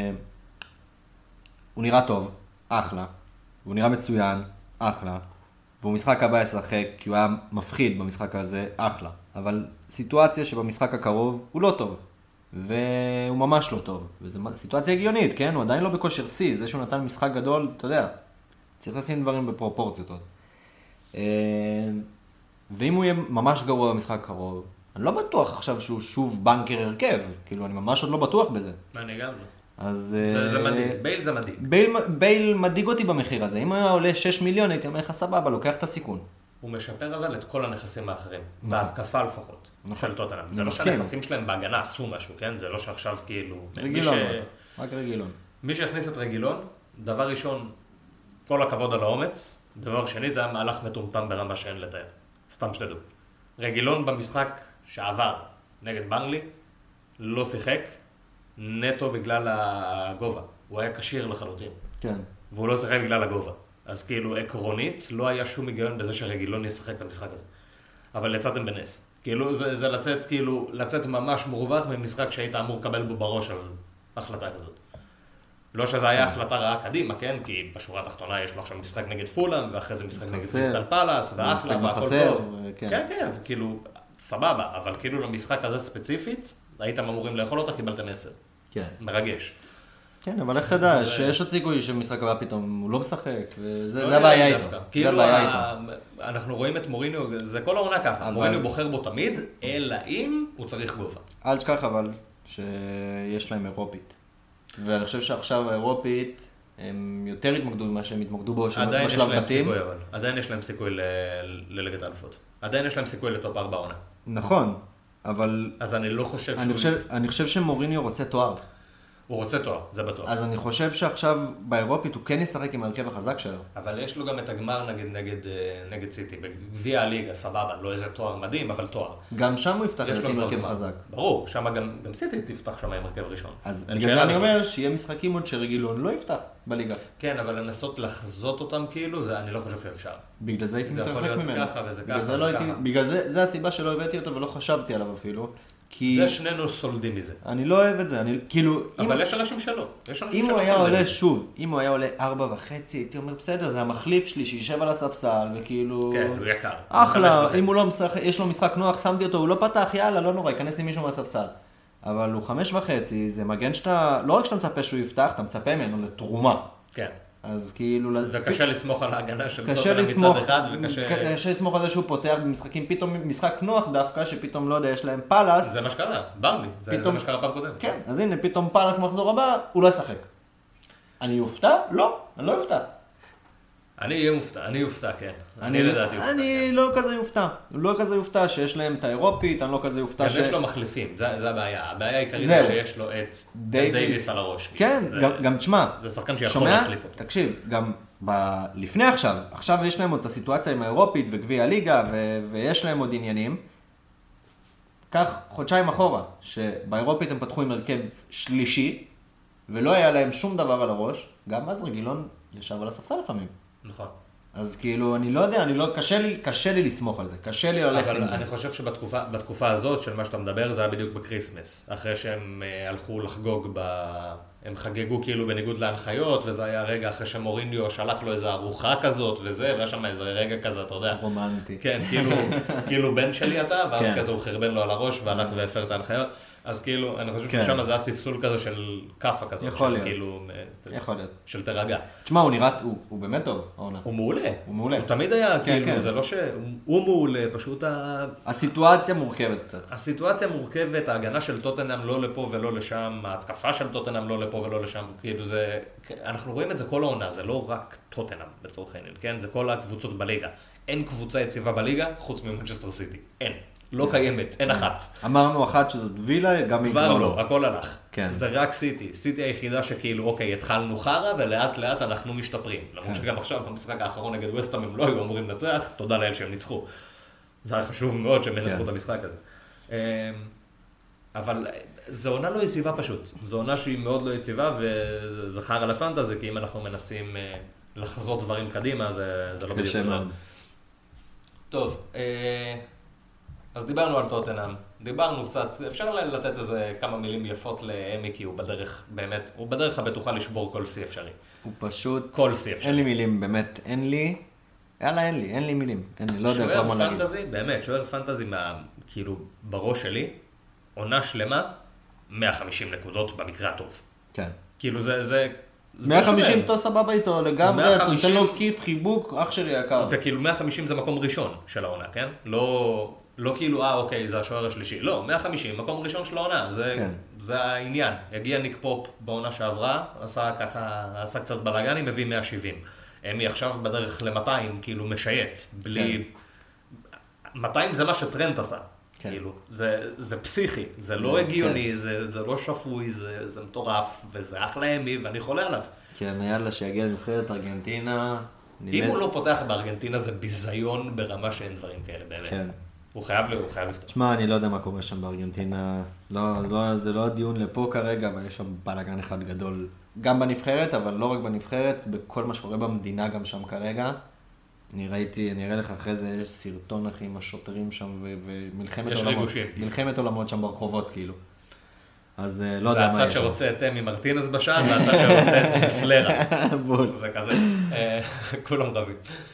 נראה טוב, אחלה, והוא נראה מצוין, אחלה, והוא משחק הבא ישחק, כי הוא היה מפחיד במשחק הזה, אחלה. אבל סיטואציה שבמשחק הקרוב הוא לא טוב, והוא ממש לא טוב. וזו סיטואציה הגיונית, כן? הוא עדיין לא בכושר C, זה שהוא נתן משחק גדול, אתה יודע, צריך לשים דברים בפרופורציות עוד. ואם הוא יהיה ממש גרוע במשחק הקרוב, אני לא בטוח עכשיו שהוא שוב בנקר הרכב, כאילו אני ממש עוד לא בטוח בזה. אני גם לא. אז... זה מדהיג, בייל זה מדהיג. בייל מדהיג אותי במחיר הזה. אם היה עולה 6 מיליון, הייתי אומר לך סבבה, לוקח את הסיכון. הוא משפר אבל את כל הנכסים האחרים, בהתקפה לפחות, של טוטנהאם. זה לא שהנכסים שלהם בהגנה עשו משהו, כן? זה לא שעכשיו כאילו... רגילון, רק רגילון. מי שהכניס את רגילון, דבר ראשון, כל הכבוד על האומץ, דבר שני זה היה מהלך מטומטם ברמה שאין לתאר. סתם שתדעו. רגילון במשחק שעבר נגד ברנלי, לא שיחק, נטו בגלל הגובה. הוא היה קשיר לחלוטין. כן. והוא לא שיחק בגלל הגובה. אז כאילו עקרונית לא היה שום היגיון בזה שרגילון ישחק את המשחק הזה. אבל יצאתם בנס. כאילו זה לצאת, כאילו, לצאת ממש מורווח ממשחק שהיית אמור לקבל בו בראש על החלטה כזאת. לא שזה היה החלטה רעה קדימה, כן? כי בשורה התחתונה יש לו עכשיו משחק נגד פולאם, ואחרי זה משחק נגד קריסטל פלאס, ואחלה, והכל טוב. כן, כן, כאילו, סבבה, אבל כאילו למשחק הזה ספציפית, הייתם אמורים לאכול אותה, קיבלתם 10. כן. מרגש. כן, אבל איך תדע, שיש עוד סיכוי שמשחק הבא פתאום הוא לא משחק, וזה הבעיה איתו. כאילו, אנחנו רואים את מוריניו, זה כל העונה ככה, מוריניו בוחר בו תמיד, אלא אם הוא צריך גובה. אל תשכח אבל שיש להם אירופית. ואני חושב שעכשיו האירופית, הם יותר התמקדו ממה שהם התמקדו בו בשלב בתים. עדיין יש להם סיכוי לליגת האלופות. עדיין יש להם סיכוי לטופ 4 עונה. נכון, אבל... אז אני לא חושב אני חושב שמוריניו רוצה תואר. הוא רוצה תואר, זה בטוח. אז אני חושב שעכשיו באירופית הוא כן ישחק עם הרכב החזק שלו. אבל יש לו גם את הגמר נגד סיטי. בגביע הליגה, סבבה, לא איזה תואר מדהים, אבל תואר. גם שם הוא יפתח עם הרכב חזק. ברור, שם גם סיטי תפתח שם עם הרכב ראשון. אז בגלל זה אני אומר שיהיה משחקים עוד שרגילון לא יפתח בליגה. כן, אבל לנסות לחזות אותם כאילו, אני לא חושב שאפשר. בגלל זה הייתי מתרחק ממנו. זה יכול להיות ככה וזה ככה. בגלל זה הסיבה שלא הבאתי אותו ולא חשבתי עליו אפילו. זה שנינו סולדים מזה. אני לא אוהב את זה, אני כאילו... אבל יש אנשים שלא. אם הוא היה עולה שוב, אם הוא היה עולה 4.5, הייתי אומר בסדר, זה המחליף שלי שישב על הספסל וכאילו... כן, הוא יקר. אחלה, אם הוא לא משחק, יש לו משחק נוח, שמתי אותו, הוא לא פתח, יאללה, לא נורא, ייכנס לי מישהו מהספסל. אבל הוא 5.5, זה מגן שאתה, לא רק שאתה מצפה שהוא יפתח, אתה מצפה ממנו לתרומה. כן. אז כאילו... וקשה לסמוך על ההגנה של טוטנהאם מצד אחד, קשה לסמוך על זה שהוא פותח במשחקים, פתאום משחק נוח דווקא, שפתאום לא יודע, יש להם פלאס. זה מה שקרה, ברלי, זה מה שקרה פעם קודם. כן, אז הנה, פתאום פלאס מחזור הבא, הוא לא ישחק. אני אופתע? לא, אני לא אופתע. אני אופתע, כן. אני לדעתי אופתע. אני לא כזה יופתע. לא כזה יופתע שיש להם את האירופית, אני לא כזה יופתע יש לו מחליפים, זה הבעיה. הבעיה העיקרית זה שיש לו את דייביס על הראש. כן, גם תשמע. זה שחקן שיכול להחליף אותו. תקשיב, גם לפני עכשיו יש להם עוד את הסיטואציה עם האירופית וגביע הליגה, ויש להם עוד עניינים. כך חודשיים אחורה, שבאירופית הם פתחו עם הרכב שלישי, ולא היה להם שום דבר על הראש, גם אז רגילון ישב על הספסל לפעמים. נכון. אז כאילו, אני לא יודע, קשה לי לסמוך על זה, קשה לי ללכת עם זה. אבל אני חושב שבתקופה הזאת של מה שאתה מדבר, זה היה בדיוק בקריסמס. אחרי שהם הלכו לחגוג הם חגגו כאילו בניגוד להנחיות, וזה היה רגע אחרי שמוריניו שלח לו איזו ארוחה כזאת וזה, והיה שם איזה רגע כזה, אתה יודע. רומנטי. כן, כאילו בן שלי אתה, ואז כזה הוא חרבן לו על הראש והלך והפר את ההנחיות. אז כאילו, אני חושב ששם זה היה ספסול כזה של קפה כזאת. יכול להיות. כאילו, יכול להיות. של תרגע. תשמע, הוא באמת טוב, העונה. הוא מעולה. הוא מעולה. הוא תמיד היה, כן, כאילו, כן. זה לא הוא מעולה, פשוט הסיטואציה מורכבת קצת. הסיטואציה מורכבת, ההגנה של טוטנהאם לא לפה ולא לשם, ההתקפה של טוטנהאם לא לפה ולא לשם, כאילו זה, אנחנו רואים את זה כל העונה, זה לא רק טוטנהאם בצורך העניין, כן? זה כל הקבוצות בליגה. אין קבוצה יציבה בליגה חוץ ממנצ'סטר סיטי. אין. לא קיימת, אין אחת. אמרנו אחת שזאת וילה, גם היא כבר לא, הכל הלך. כן. זה רק סיטי. סיטי היחידה שכאילו, אוקיי, התחלנו חרה ולאט לאט אנחנו משתפרים. למרות שגם עכשיו במשחק האחרון נגד ווסטהאם הם לא היו אמורים לנצח, תודה לאל שהם ניצחו. זה היה חשוב מאוד שהם ינצחו את המשחק הזה. אבל זו עונה לא יציבה פשוט. זו עונה שהיא מאוד לא יציבה, וזה חר על הפנטזי, כי אם אנחנו מנסים לחזות דברים קדימה, זה לא בדיוק זה. טוב, אז דיברנו על טוטנהאם, דיברנו קצת, אפשר לתת איזה כמה מילים יפות לאמי, כי הוא בדרך, באמת, הוא בדרך הבטוחה לשבור כל שיא אפשרי. הוא פשוט... כל שיא אפשרי. אין לי מילים, באמת, אין לי. יאללה, אין לי מילים. לא יודע שוער כמה להגיד. פנטזי, באמת, שוער פנטזי כאילו, בראש שלי, עונה שלמה, 150 נקודות במקרה הטוב. כן. כאילו זה 150 אתה סבבה איתו לגמרי, אתה נותן לו כיף, חיבוק, אח שלי יקר. זה כאילו 150 זה מקום ראשון של העונה, כן? לא כאילו, אוקיי, זה השוער השלישי. לא, 150, מקום ראשון של העונה. זה העניין. הגיע ניק פופ בעונה שעברה, עשה קצת בלגני, מביא 170. אמי עכשיו בדרך ל-200, כאילו משייט, בלי... 200 זה מה שטרנט עשה. כאילו, זה פסיכי, זה לא הגיוני, זה לא שפוי, זה מטורף, וזה אחלה אמי, ואני חולה עליו. כן, יאללה, שיגיע לנבחרת ארגנטינה. אם הוא לא פותח בארגנטינה, זה ביזיון ברמה שאין דברים כאלה, באמת. כן. הוא חייב לפתוח. שמע, אני לא יודע מה קורה שם בארגנטינה. זה לא הדיון לפה כרגע, אבל יש שם בלגן אחד גדול. גם בנבחרת, אבל לא רק בנבחרת, בכל מה שקורה במדינה גם שם כרגע. אני אראה לך אחרי זה, יש סרטון אחי עם השוטרים שם, ומלחמת עולמות. מלחמת עולמות שם ברחובות, כאילו. אז לא יודע מה יש. זה הצד שרוצה את אמי מרטינס בשער, והצד שרוצה את מוסלרה. בול. זה כזה, כולם רבים.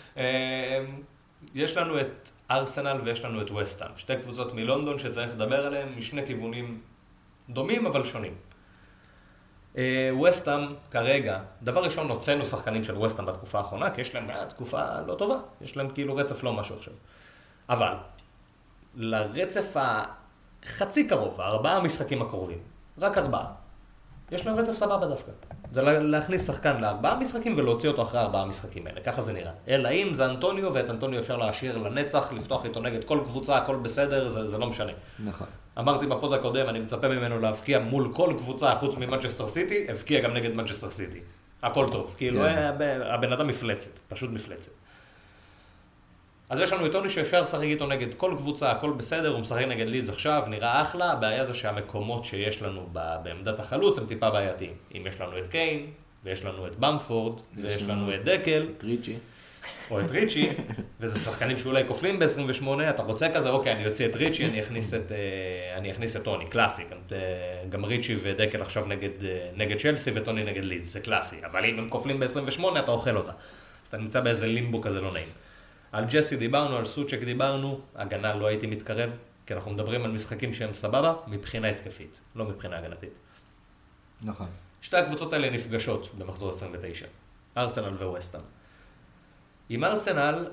יש לנו את ארסנל ויש לנו את ווסטהאם. שתי קבוצות מלונדון שצריך לדבר עליהן משני כיוונים דומים אבל שונים. ווסטהאם כרגע, דבר ראשון הוצאנו שחקנים של ווסטהאם בתקופה האחרונה, כי יש להם תקופה לא טובה, יש להם כאילו רצף לא משהו עכשיו. אבל לרצף החצי קרוב, 4 המשחקים הקרובים, רק 4, יש להם רצף סבבה דווקא. זה להכניס שחקן ל4 משחקים ולהוציא אותו אחרי 4 המשחקים האלה, ככה זה נראה. אלא אם זה אנטוניו, ואת אנטוניו אפשר להשאיר לנצח, לפתוח איתו נגד כל קבוצה, הכל בסדר, זה לא משנה. נכון. אמרתי בפוד הקודם, אני מצפה ממנו להבקיע מול כל קבוצה חוץ ממנצ'סטר סיטי, הבקיע גם נגד מנצ'סטר סיטי. הכל טוב, כאילו הבן אדם מפלצת, פשוט מפלצת. אז יש לנו איתוני שאפשר לשחק איתו נגד כל קבוצה, הכל בסדר, הוא משחק נגד לידס עכשיו, נראה אחלה, הבעיה זה שהמקומות שיש לנו בעמדת החלוץ הם טיפה בעייתיים. אם יש לנו את קיין, ויש לנו את במפורד, ויש לנו את דקל, את ריצ'י. או את ריצ'י, וזה שחקנים שאולי כופלים ב-28, אתה רוצה כזה, אוקיי, אני אוציא את ריצ'י, אני אכניס את טוני, קלאסי, גם ריצ'י ודקל עכשיו נגד צ'לסי וטוני נגד לידס, זה קלאסי, אבל אם הם כופלים ב-28, אתה אוכל אותה. אז אתה נמצא באיזה לימבו כזה לא נעים. על ג'סי דיברנו, על סוצ'ק דיברנו, הגנה לא הייתי מתקרב, כי אנחנו מדברים על משחקים שהם סבבה, מבחינה התקפית, לא מבחינה הגנתית. נכון. שתי הקבוצות האלה נפגשות במחזור 29, ארסנל וווסטהאם. עם ארסנל,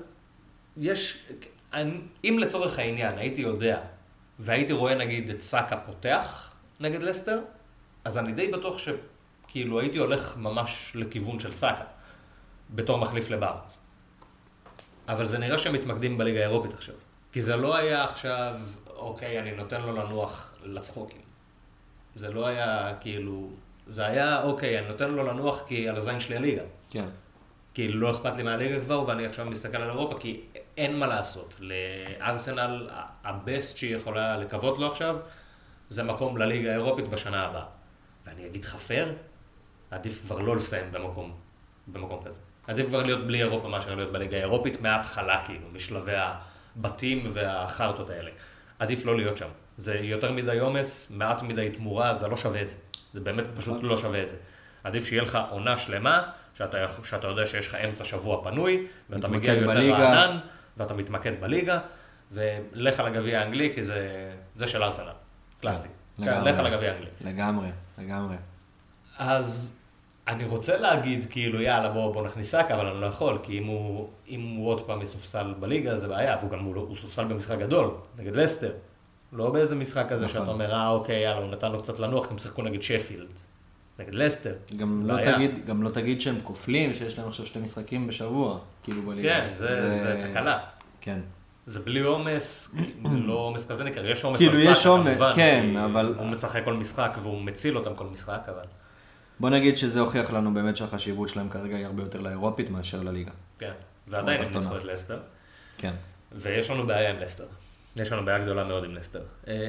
אם לצורך העניין הייתי יודע, והייתי רואה נגיד את סאקה פותח נגד לסטר, אז אני די בטוח שכאילו הייתי הולך ממש לכיוון של סאקה, בתור מחליף לבארנס. אבל זה נראה שהם מתמקדים בליגה האירופית עכשיו. כי זה לא היה עכשיו, אוקיי, אני נותן לו לנוח לצחוקים. זה לא היה כאילו, זה היה, אוקיי, אני נותן לו לנוח כי על הזין שלי הליגה. כן. כי לא אכפת לי מהליגה כבר, ואני עכשיו מסתכל על אירופה, כי אין מה לעשות. לארסנל, הבסט שהיא יכולה לקוות לו עכשיו, זה מקום לליגה האירופית בשנה הבאה. ואני אגיד חפר, עדיף כבר לא לסיים במקום כזה. עדיף כבר להיות בלי אירופה מאשר להיות בליגה האירופית מההתחלה, כאילו, משלבי הבתים והחרטות האלה. עדיף לא להיות שם. זה יותר מדי עומס, מעט מדי תמורה, זה לא שווה את זה. זה באמת פשוט לא שווה את זה. עדיף שיהיה לך עונה שלמה, שאתה יודע שיש לך אמצע שבוע פנוי, ואתה מגיע יותר רענן, ואתה מתמקד בליגה, ולך על הגביע האנגלי, כי זה של ארסנל. קלאסי. לך על הגביע האנגלי. לגמרי, לגמרי. אז אני רוצה להגיד, כאילו, יאללה, בוא נכניסק, אבל אני לא יכול, כי אם הוא עוד פעם יסופסל בליגה, זה בעיה, הוא סופסל במשחק גדול, נגד לסטר. לא באיזה משחק כזה שאתה אומר, אוקיי, יאללה, הוא נתן לו קצת לנוח, הם שיחקו נגד שפילד, נגד לסטר. גם לא תגיד שהם כופלים, שיש להם עכשיו 2 משחקים בשבוע, כאילו בליגה. כן, זה תקלה. כן. זה בלי עומס, לא עומס כזה נקרא, יש עומס כאילו על סאקה, כמובן. כן, אבל... הוא משחק כל משחק והוא מציל אותם כל משחק, אבל... בוא נגיד שזה הוכיח לנו באמת שהחשיבות שלהם כרגע היא הרבה יותר לאירופית מאשר לליגה. כן, ועדיין הם ניצחו את לסטר. כן. ויש לנו בעיה עם לסטר. יש לנו בעיה גדולה מאוד עם לסטר.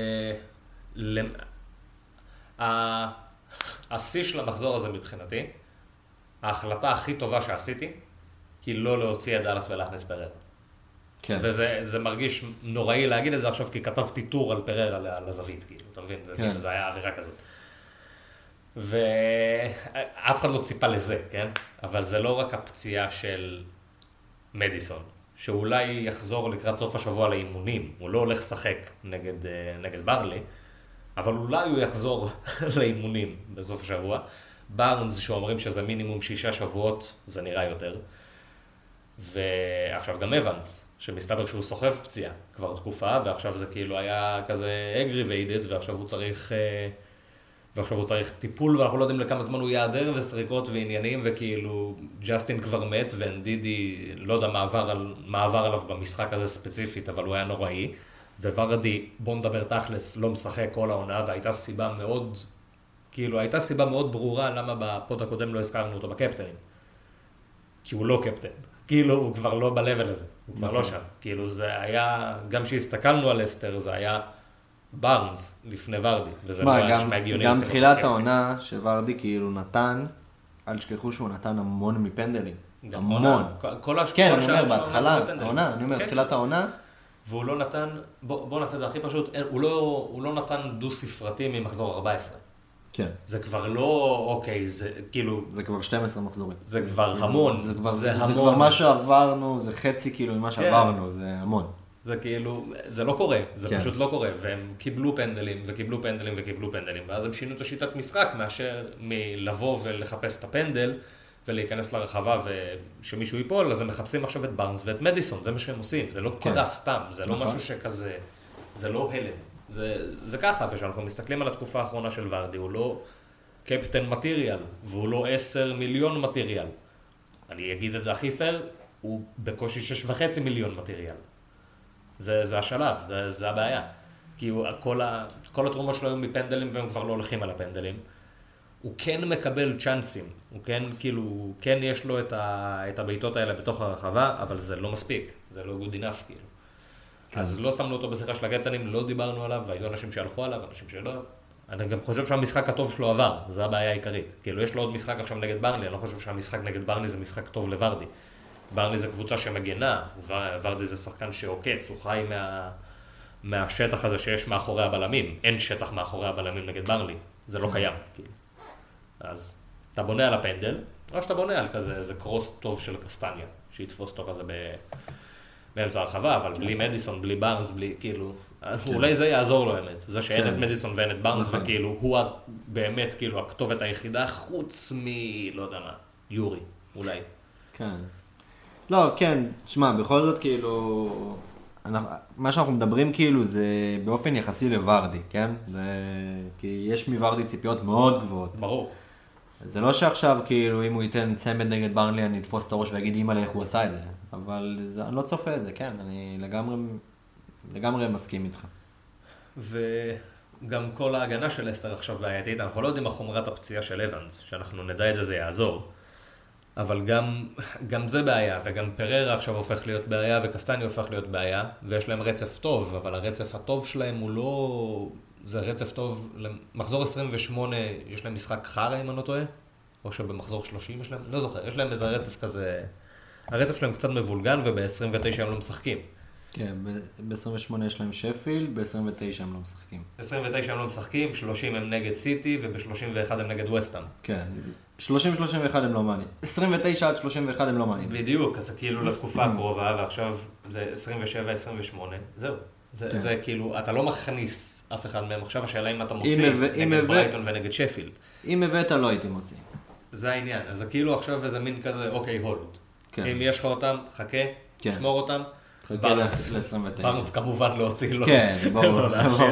השיא של המחזור הזה מבחינתי, ההחלטה הכי טובה שעשיתי, היא לא להוציא את דאלאס ולהכניס פררה. כן. וזה מרגיש נוראי להגיד את זה עכשיו, כי כתבתי טור על פררה לזווית, כאילו, אתה מבין? כן. זה היה אווירה כזאת. ואף אחד לא ציפה לזה, כן? אבל זה לא רק הפציעה של מדיסון, שאולי יחזור לקראת סוף השבוע לאימונים, הוא לא הולך לשחק נגד ברלי, אבל אולי הוא יחזור לאימונים בסוף השבוע. בארנס, שאומרים שזה מינימום 6 שבועות, זה נראה יותר. ועכשיו גם אבנס, שמסתבר שהוא סוחב פציעה כבר תקופה, ועכשיו זה כאילו היה כזה aggravated, ועכשיו הוא צריך טיפול, ואנחנו לא יודעים לכמה זמן הוא יעדר, וסריקות ועניינים, וכאילו ג'סטין כבר מת, ואנדידי, לא יודע מה עבר עליו במשחק הזה ספציפית, אבל הוא היה נוראי, וורדי, בוא נדבר תכלס, לא משחק כל העונה, והייתה סיבה מאוד ברורה למה בפוד הקודם לא הזכרנו אותו בקפטנים. כי הוא לא קפטן. כאילו הוא כבר לא בלבל הזה, הוא כבר לא שם. כאילו זה היה, גם שהסתכלנו על אסטר, זה היה בארנס לפני ורדי, וזה לא היה נשמע הגיוני. גם תחילת העונה שוורדי כאילו נתן, אל תשכחו שהוא נתן המון מפנדלים. המון. כן, אני אומר, בהתחלה, העונה, אני אומר, תחילת העונה. והוא לא נתן, בוא נעשה את זה הכי פשוט, הוא לא נתן דו ספרתי ממחזור 14. כן. זה כבר לא, אוקיי, זה כאילו... זה כבר 12 מחזורים. זה כבר המון. זה כבר מה שעברנו, זה חצי כאילו ממה שעברנו, זה המון. זה כאילו, זה לא קורה, זה פשוט לא קורה, והם קיבלו פנדלים, וקיבלו פנדלים, וקיבלו פנדלים, ואז הם שינו את השיטת משחק, מאשר מלבוא ולחפש את הפנדל, ולהיכנס לרחבה, ושמישהו ייפול, אז הם מחפשים עכשיו את בארנס ואת מדיסון, זה מה שהם עושים, זה לא קרה סתם, זה לא משהו שכזה, זה לא הלם. זה ככה, ושאנחנו מסתכלים על התקופה האחרונה של ורדי, הוא לא קפטן מטריאל, והוא לא 10 מיליון מטריאל. אני אגיד את זה הכי פייר, הוא בקושי 6.5 מיליון מטריאל. זה השלב, זה הבעיה. כי כל התרומה שלו היו מפנדלים, והם כבר לא הולכים על הפנדלים. הוא כן מקבל צ'אנסים, הוא כן יש לו את הביתות האלה בתוך הרחבה, אבל זה לא מספיק, זה לא good enough, כאילו. אז לא שמנו אותו בשיחה של הקפטנים, לא דיברנו עליו, והיו אנשים שהלכו עליו, אנשים שלא. אני גם חושב שהמשחק הטוב שלו עבר, זה הבעיה העיקרית. כאילו, יש לו עוד משחק עכשיו נגד ברני, אני לא חושב שהמשחק נגד ברני זה משחק טוב לוורדי. ברני זה קבוצה שמגנה, וורדי זה שחקן שעוקץ, הוא חי מהשטח הזה שיש מאחורי הבלמים. אין שטח מאחורי הבלמים נגד ברני, זה לא קיים, כאילו. אז אתה בונה על הפנדל, או שאתה בונה על כזה, איזה קרוס טוב של קסטניה, שיתפוס אותו כזה באמצע הרחבה, אבל בלי מדיסון, בלי בארנס, בלי, כאילו, אולי זה יעזור לו האמת, זה שאין את מדיסון ואין את בארנס, וכאילו, הוא באמת, כאילו, הכתובת היחידה, חוץ לא יודע מה, יורי, אולי. כן. לא, כן, שמע, בכל זאת, כאילו, מה שאנחנו מדברים, כאילו, זה באופן יחסי לוורדי, כן? כי יש מוורדי ציפיות מאוד גבוהות. ברור. זה לא שעכשיו, כאילו, אם הוא ייתן צמד נגד ברנלי, אני אתפוס את הראש ואגיד, אמא, איך הוא עשה את זה. אבל אני לא צופה את זה, כן, אני לגמרי מסכים איתך. וגם כל ההגנה של אסטר עכשיו בעייתית, אנחנו לא יודעים מה חומרת הפציעה של אבנס, שאנחנו נדע את זה, זה יעזור. אבל גם זה בעיה, וגם פררה עכשיו הופך להיות בעיה, וקסטני הופך להיות בעיה, ויש להם רצף טוב, אבל הרצף הטוב שלהם הוא לא... זה רצף טוב, מחזור 28, יש להם משחק חרה, אם אני לא טועה. או שבמחזור 30 יש להם, לא זוכר, יש להם איזה רצף כזה, הרצף שלהם קצת מבולגן, וב-29 הם לא משחקים. כן, ב-28 יש להם שפילד, ב-29 הם לא משחקים. ב-29 הם לא משחקים, 30 הם נגד סיטי, וב-31 הם נגד ווסטהאם. כן, 30-31 הם לא מעניין. 29 עד 31 הם לא מעניין. בדיוק, אז זה כאילו לתקופה הקרובה, ועכשיו זה 27-28, זהו. זה כאילו, אתה לא מכניס אף אחד מהם. עכשיו השאלה אם אתה מוציא נגד ברייטון ונגד שפילד. אם הבאת לא הייתי מוציא. זה העניין, אז זה כאילו עכשיו איזה מין כזה, אוקיי, הולד. כן. אם יש לך אותם, חכה, תשמור אותם. חכה ל-29. ברנס כמובן להוציא לו. כן, ברור.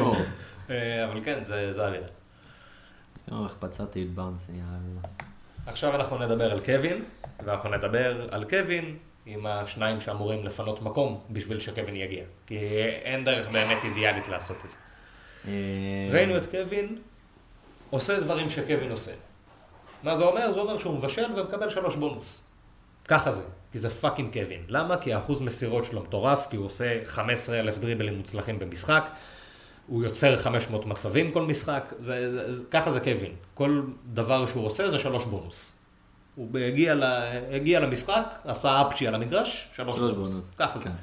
אבל כן, זה הרידה. איך פצעתי את ברנס, יאללה. עכשיו אנחנו נדבר על קווין, ואנחנו נדבר על קווין עם השניים שאמורים לפנות מקום בשביל שקווין יגיע. כי אין דרך באמת אידיאלית לעשות את זה. ראינו את קווין, עושה דברים שקווין עושה. מה זה אומר? זה אומר שהוא מבשל ומקבל 3 בונוס. ככה זה, כי זה פאקינג קווין. למה? כי האחוז מסירות שלו מטורף, כי הוא עושה 15,000 דריבלים מוצלחים במשחק, הוא יוצר 500 מצבים כל משחק, ככה זה קווין. כל דבר שהוא עושה זה 3 בונוס. הוא הגיע למשחק, עשה אפצ'י על המגרש, 3 בונוס. ככה זה.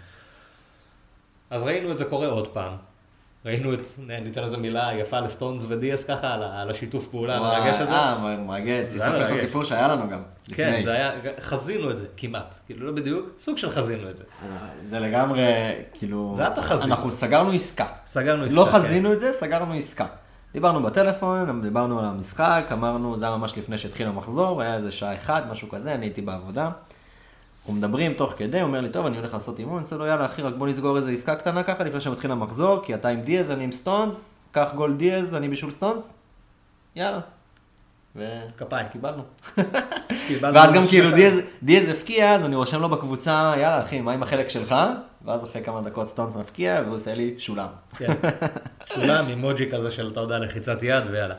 אז ראינו את זה קורה עוד פעם. ראינו את, ניתן איזו מילה יפה לסטונס ודיאס ככה, על השיתוף פעולה המרגש הזה. מרגש, סיפר את הסיפור שהיה לנו גם. כן, זה היה, חזינו את זה, כמעט. כאילו לא בדיוק, סוג של חזינו את זה. זה לגמרי, כאילו, זה היה תחזית. אנחנו סגרנו עסקה. לא חזינו את זה, סגרנו עסקה. דיברנו בטלפון, דיברנו על המשחק, אמרנו, זה היה ממש לפני שהתחיל המחזור, היה איזה שעה 1, משהו כזה, אני הייתי בעבודה. אנחנו מדברים תוך כדי, הוא אומר לי, טוב, אני הולך לעשות אימון, אז לא, יאללה, אחי, רק בוא נסגור איזה עסקה קטנה ככה, לפני שמתחיל המחזור, כי אתה עם דיאז, אני עם סטונס, קח גול דיאז, אני בשול סטונס, יאללה. וכפיים. קיבלנו. ואז גם כאילו דיאז הפקיע, אז אני רושם לו בקבוצה, יאללה, אחי, מה עם החלק שלך? ואז אחרי כמה דקות סטונס מפקיע, והוא עושה לי שולם. כן, שולם, אימוג'י כזה של, אתה יודע, לחיצת יד, ויאללה.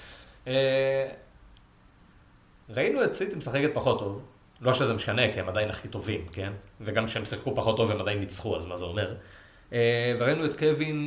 ראינו את סיטי משחקת פחות טוב. לא שזה משנה, כי הם עדיין הכי טובים, כן? וגם כשהם שיחקו פחות טוב, הם עדיין ניצחו, אז מה זה אומר? וראינו את קווין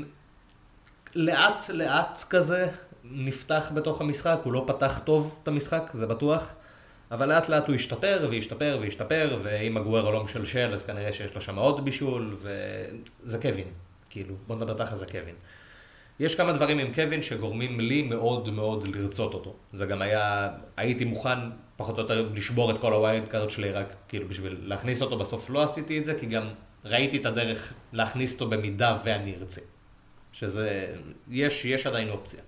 לאט כזה נפתח בתוך המשחק, הוא לא פתח טוב את המשחק, זה בטוח, אבל לאט הוא ישתפר, ואם הגוארו לא משלשל, אז כנראה שיש לו שם עוד בישול, וזה קווין, כאילו, בוא נדבר תחת זה קווין. יש כמה דברים עם קווין שגורמים לי מאוד מאוד לרצות אותו. זה גם הייתי מוכן פחות או יותר לשבור את כל הוויילד קארד שלי רק כאילו בשביל להכניס אותו. בסוף לא עשיתי את זה, כי גם ראיתי את הדרך להכניס אותו במידה ואני ארצה. שזה, יש עדיין אופציה.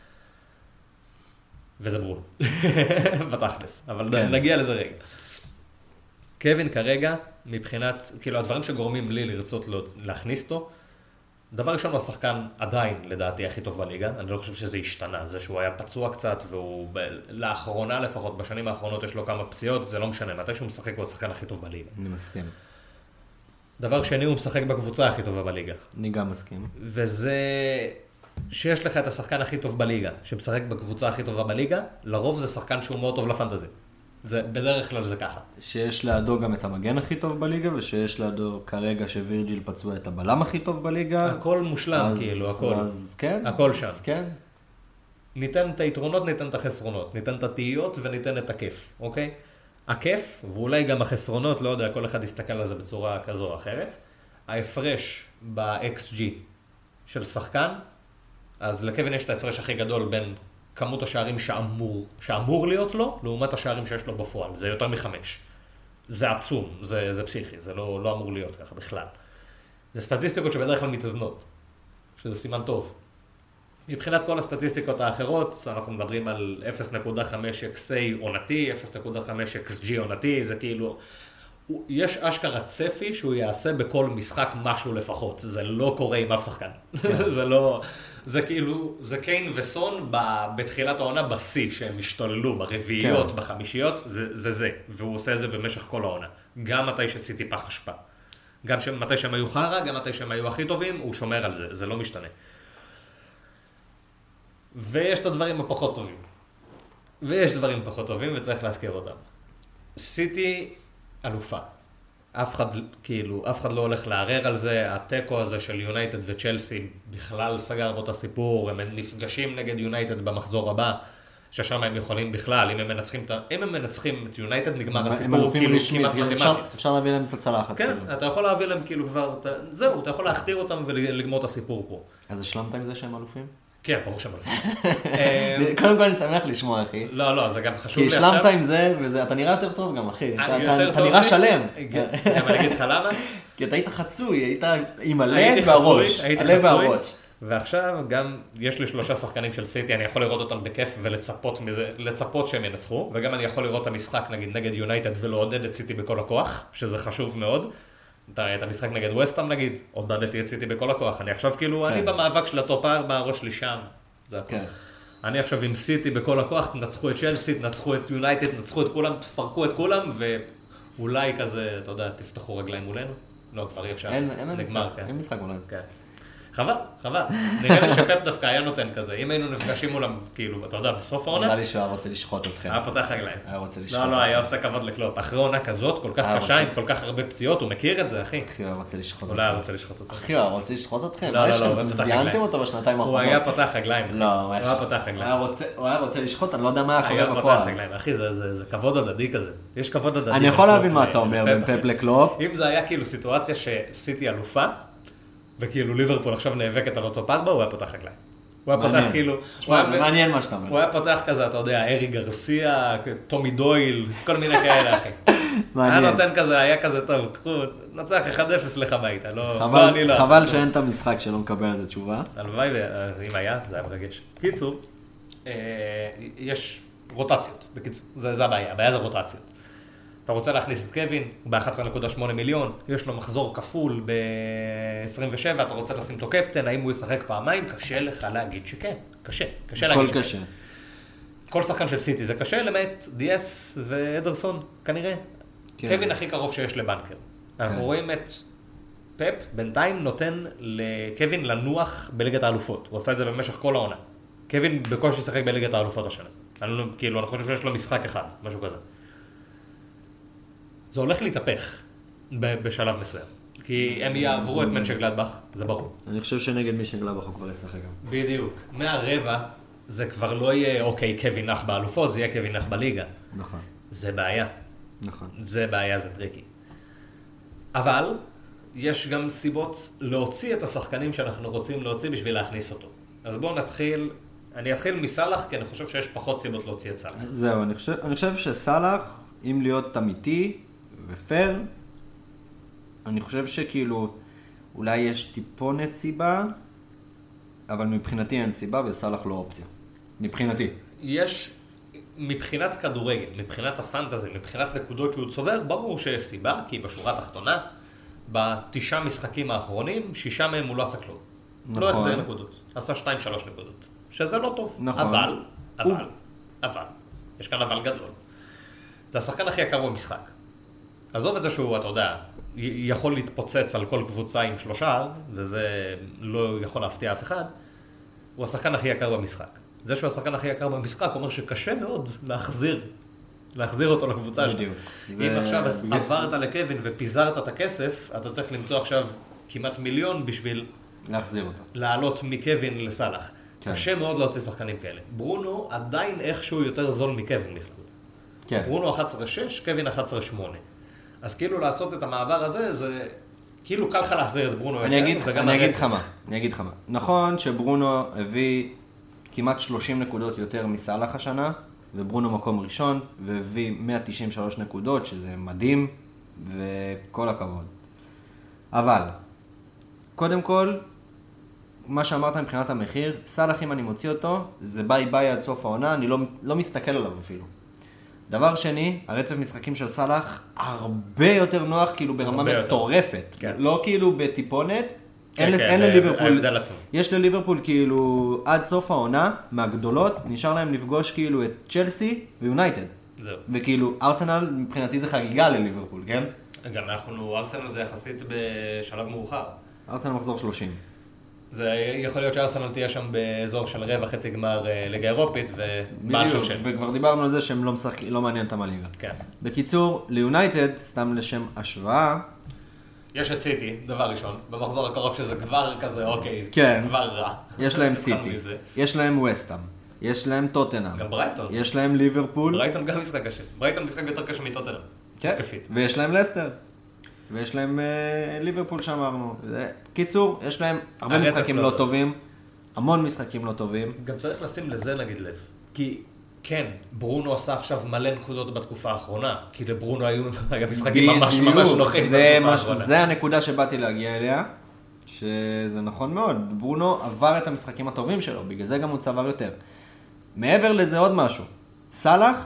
וזה ברור. בתכלס. אבל כן. נגיע לזה רגע. קווין כרגע, מבחינת, כאילו הדברים שגורמים לי לרצות להכניס אותו, דבר ראשון הוא השחקן עדיין, לדעתי, הכי טוב בליגה. אני לא חושב שזה השתנה. זה שהוא היה פצוע קצת, והוא לאחרונה לפחות, בשנים האחרונות יש לו כמה פציעות, זה לא משנה. מתי שהוא משחק הוא השחקן הכי טוב בליגה. אני מסכים. דבר שני, הוא משחק בקבוצה הכי טובה בליגה. אני גם מסכים. וזה שיש לך את השחקן הכי טוב בליגה, שמשחק בקבוצה הכי טובה בליגה, לרוב זה שחקן שהוא מאוד טוב לפנטזי. בדרך כלל זה ככה. שיש לידו גם את המגן הכי טוב בליגה, ושיש לידו כרגע שווירג'יל פצוע את הבלם הכי טוב בליגה. הכל מושלם כאילו, הכל. אז כן. הכל שם. אז כן. ניתן את היתרונות, ניתן את החסרונות, ניתן את התהיות וניתן את הכיף, אוקיי? הכיף, ואולי גם החסרונות, לא יודע, כל אחד יסתכל על זה בצורה כזו או אחרת. ההפרש ב-XG של שחקן, אז לקווין יש את ההפרש הכי גדול בין כמות השערים שאמור להיות לו, לעומת השערים שיש לו בפועל. זה יותר מ5. זה עצום, זה פסיכי, זה לא אמור להיות ככה בכלל. זה סטטיסטיקות שבדרך כלל מתאזנות, שזה סימן טוב. מבחינת כל הסטטיסטיקות האחרות, אנחנו מדברים על 0.5 XA עונתי, 0.5 XG עונתי, זה כאילו, יש אשכרה צפי שהוא יעשה בכל משחק משהו לפחות. זה לא קורה עם אף שחקן. זה לא, זה כאילו, זה קיין וסון בתחילת העונה בשיא, שהם השתוללו ברביעיות, בחמישיות, זה. והוא עושה את זה במשך כל העונה. גם מתי שסיטי פח אשפה. גם מתי שהם היו חרה, גם מתי שהם היו הכי טובים, הוא שומר על זה, זה לא משתנה. ויש את הדברים הפחות טובים. ויש דברים פחות טובים וצריך להזכיר אותם. סיטי אלופה. אף אחד לא הולך לערער על זה. הטקו הזה של יונייטד וצ'לסי בכלל סגר בו את הסיפור. הם נפגשים נגד יונייטד במחזור הבא. ששם הם יכולים בכלל, אם הם מנצחים את יונייטד, נגמר הסיפור, הם אלופים כאילו רשמית, כמעט מתמטית. אפשר להביא להם את הצלחת. כן, כאילו. אתה יכול להביא להם כאילו כבר, זהו, אתה יכול להכתיר אותם ולגמור את הסיפור פה. אז השלמת עם זה שהם אלופים? כן, ברור שהם אלופים. קודם כל אני שמח לשמוע, אחי. לא, זה גם חשוב כי לי עכשיו. השלמת עם זה, ואתה נראה יותר טוב גם, אחי. יותר אתה טוב נראה לי. שלם. גם אני אגיד לך למה? כי אתה היית חצוי, היית עם הלב הייתי והראש. חצוי, הלב והראש. ועכשיו גם יש לי 3 שחקנים של סיטי, אני יכול לראות אותם בכיף לצפות שהם ינצחו, וגם אני יכול לראות את המשחק נגד יונייטד ולעודד את סיטי בכל הכוח, שזה חשוב מאוד. את המשחק נגד ווסטהאם נגיד, עודדתי את סיטי בכל הכוח. אני עכשיו כאילו, אני במאבק של הטופ 4, הראש שלי שם, זה הכל. אני עכשיו עם סיטי בכל הכוח, תנצחו את צ'לסי, תנצחו את יונייטד, תנצחו את כולם, תפרקו את כולם, ואולי כזה, אתה יודע, תפתחו רגליים מולנו. לא, כבר אי אפשר. אין משחק מולנו. חבל. נראה לי שפפ דווקא היה נותן כזה. אם היינו נפגשים מולם, כאילו, אתה יודע, בסוף העונה. נראה לי שהוא היה רוצה לשחוט אתכם. היה פותח רגליים. היה רוצה לשחוט אתכם. לא, היה עושה כבוד לקלופ. אחרי עונה כזאת, כל כך קשה, עם כל כך הרבה פציעות, הוא מכיר את זה, אחי. אחי, הוא היה רוצה לשחוט אתכם. אולי היה רוצה לשחוט אתכם. אחי, הוא היה רוצה לשחוט אתכם? לא, זיינתם אותו בשנתיים האחרונות. הוא היה פותח רגליים. לא, הוא היה פותח רגליים. הוא היה רוצה לשחוט, אני לא יודע מה היה קורה היה בפועל. פותח רגליים. אחי, זה כבוד הדדי כזה. יש כבוד הדדי. אני יכול להבין מה אתה אומר בין פפ לקלופ. אם זה היה כאילו סיטואציה שסיטי אלופה, וכאילו ליברפול עכשיו נאבקת על אותו 4, הוא היה פותח רגליים. הוא היה פותח כאילו... תשמע, זה מעניין מה שאתה אומר. הוא היה פותח כזה, אתה יודע, ארי גרסיה, טומי דויל, כל מיני כאלה, אחי. היה נותן כזה, היה כזה טוב, קחו, נצח 1-0 לך ביתה, לא... חבל שאין את המשחק שלא מקבל על זה תשובה. הלוואי, אם היה, זה היה מרגש. קיצור, יש רוטציות, בקיצור, זה הבעיה, הבעיה זה רוטציות. אתה רוצה להכניס את קווין ב-11.8 מיליון, יש לו מחזור כפול ב-27, אתה רוצה לשים אותו קפטן, האם הוא ישחק פעמיים? קשה לך להגיד שכן, קשה להגיד שכן. קשה. כל שחקן של סיטי זה קשה, למעט דיאס ואדרסון, כנראה. קווין הכי קרוב שיש לבנקר. אנחנו רואים את פפ, בינתיים נותן לקווין לנוח בליגת האלופות. הוא עשה את זה במשך כל העונה. קווין בקושי שחק בליגת האלופות השנה. כאילו, אני חושב שיש לו משחק אחד, משהו כזה. זה הולך להתהפך בשלב מסוים. כי הם יעברו את מנשגלדבך, זה ברור. אני חושב שנגד מנשגלדבך הוא כבר ישחק גם. בדיוק. מהרבע זה כבר לא יהיה, אוקיי, קווין נח באלופות, זה יהיה קווין נח בליגה. נכון. זה בעיה. נכון. זה בעיה, זה טריקי. אבל יש גם סיבות להוציא את השחקנים שאנחנו רוצים להוציא בשביל להכניס אותו. אז בואו נתחיל, אני אתחיל מסלח, כי אני חושב שיש פחות סיבות להוציא את סלח. זהו, אני חושב שסלח, אם להיות אמיתי ופייר, אני חושב שכאילו, אולי יש טיפונת סיבה, אבל מבחינתי אין סיבה וסלח לא אופציה. מבחינתי. יש, מבחינת כדורגל, מבחינת הפנטזי, מבחינת נקודות שהוא צובר, ברור שיש סיבה, כי בשורה התחתונה, ב9 משחקים האחרונים, 6 מהם הוא לא עשה כלום. נכון. לא החזיר נקודות. עשה 2-3 נקודות. שזה לא טוב. נכון. אבל, יש כאן אבל גדול. זה השחקן הכי יקר במשחק. עזוב את זה שהוא, אתה יודע, יכול להתפוצץ על כל קבוצה עם 3, וזה לא יכול להפתיע אף אחד, הוא השחקן הכי יקר במשחק. זה שהוא השחקן הכי יקר במשחק, אומר שקשה מאוד להחזיר אותו לקבוצה שלך. אם עכשיו עברת לקווין ופיזרת את הכסף, אתה צריך למצוא עכשיו כמעט 1,000,000 בשביל להחזיר אותו. לעלות מקווין לסלח. קשה מאוד להוציא שחקנים כאלה. ברונו עדיין איכשהו יותר זול מקווין בכלל. כן. ברונו 11.6, קווין 11.8. אז כאילו לעשות את המעבר הזה, זה כאילו קל לך להחזיר את ברונו. אני אגיד לך מה. נכון שברונו הביא כמעט 30 נקודות יותר מסלח השנה, וברונו מקום ראשון, והביא 193 נקודות, שזה מדהים, וכל הכבוד. אבל, קודם כל, מה שאמרת מבחינת המחיר, סלח אם אני מוציא אותו, זה ביי ביי עד סוף העונה, אני לא מסתכל עליו אפילו. דבר שני, הרצף משחקים של סלח הרבה יותר נוח, כאילו ברמה מטורפת. כן. לא כאילו בטיפונת, אין לליברפול, יש לליברפול כאילו עד סוף העונה, מהגדולות, נשאר להם לפגוש כאילו את צ'לסי ויונייטד. זהו. וכאילו, ארסנל מבחינתי זה חגיגה לליברפול, כן? גם ארסנל זה יחסית בשלב מאוחר. ארסנל מחזור 30. זה יכול להיות שארסנל תהיה שם באזור של רבע חצי גמר ליגה אירופית ובעל של שם. וכבר דיברנו על זה שהם לא מעניין אותם הליגה. כן. בקיצור, ליונייטד, סתם לשם השוואה, יש את סיטי, דבר ראשון, במחזור הקרוב שזה כבר כזה, אוקיי, כן. כבר רע. יש להם סיטי, יש להם ווסטהאם, יש להם טוטנהאם. גם ברייטון. יש להם ליברפול. ברייטון גם משחק קשה. ברייטון משחק יותר קשה מטוטנהאם. כן. התקפית. ויש להם לסטר. ויש להם ליברפול שאמרנו. קיצור, יש להם הרבה משחקים לא טובים. המון משחקים לא טובים. גם צריך לשים לזה נגיד לב. כי כן, ברונו עשה עכשיו מלא נקודות בתקופה האחרונה. כי לברונו היו משחקים ממש נוחים בתקופה האחרונה. זה הנקודה שבאתי להגיע אליה. שזה נכון מאוד. ברונו עבר את המשחקים הטובים שלו. בגלל זה גם הוא צבר יותר. מעבר לזה עוד משהו. סלאח,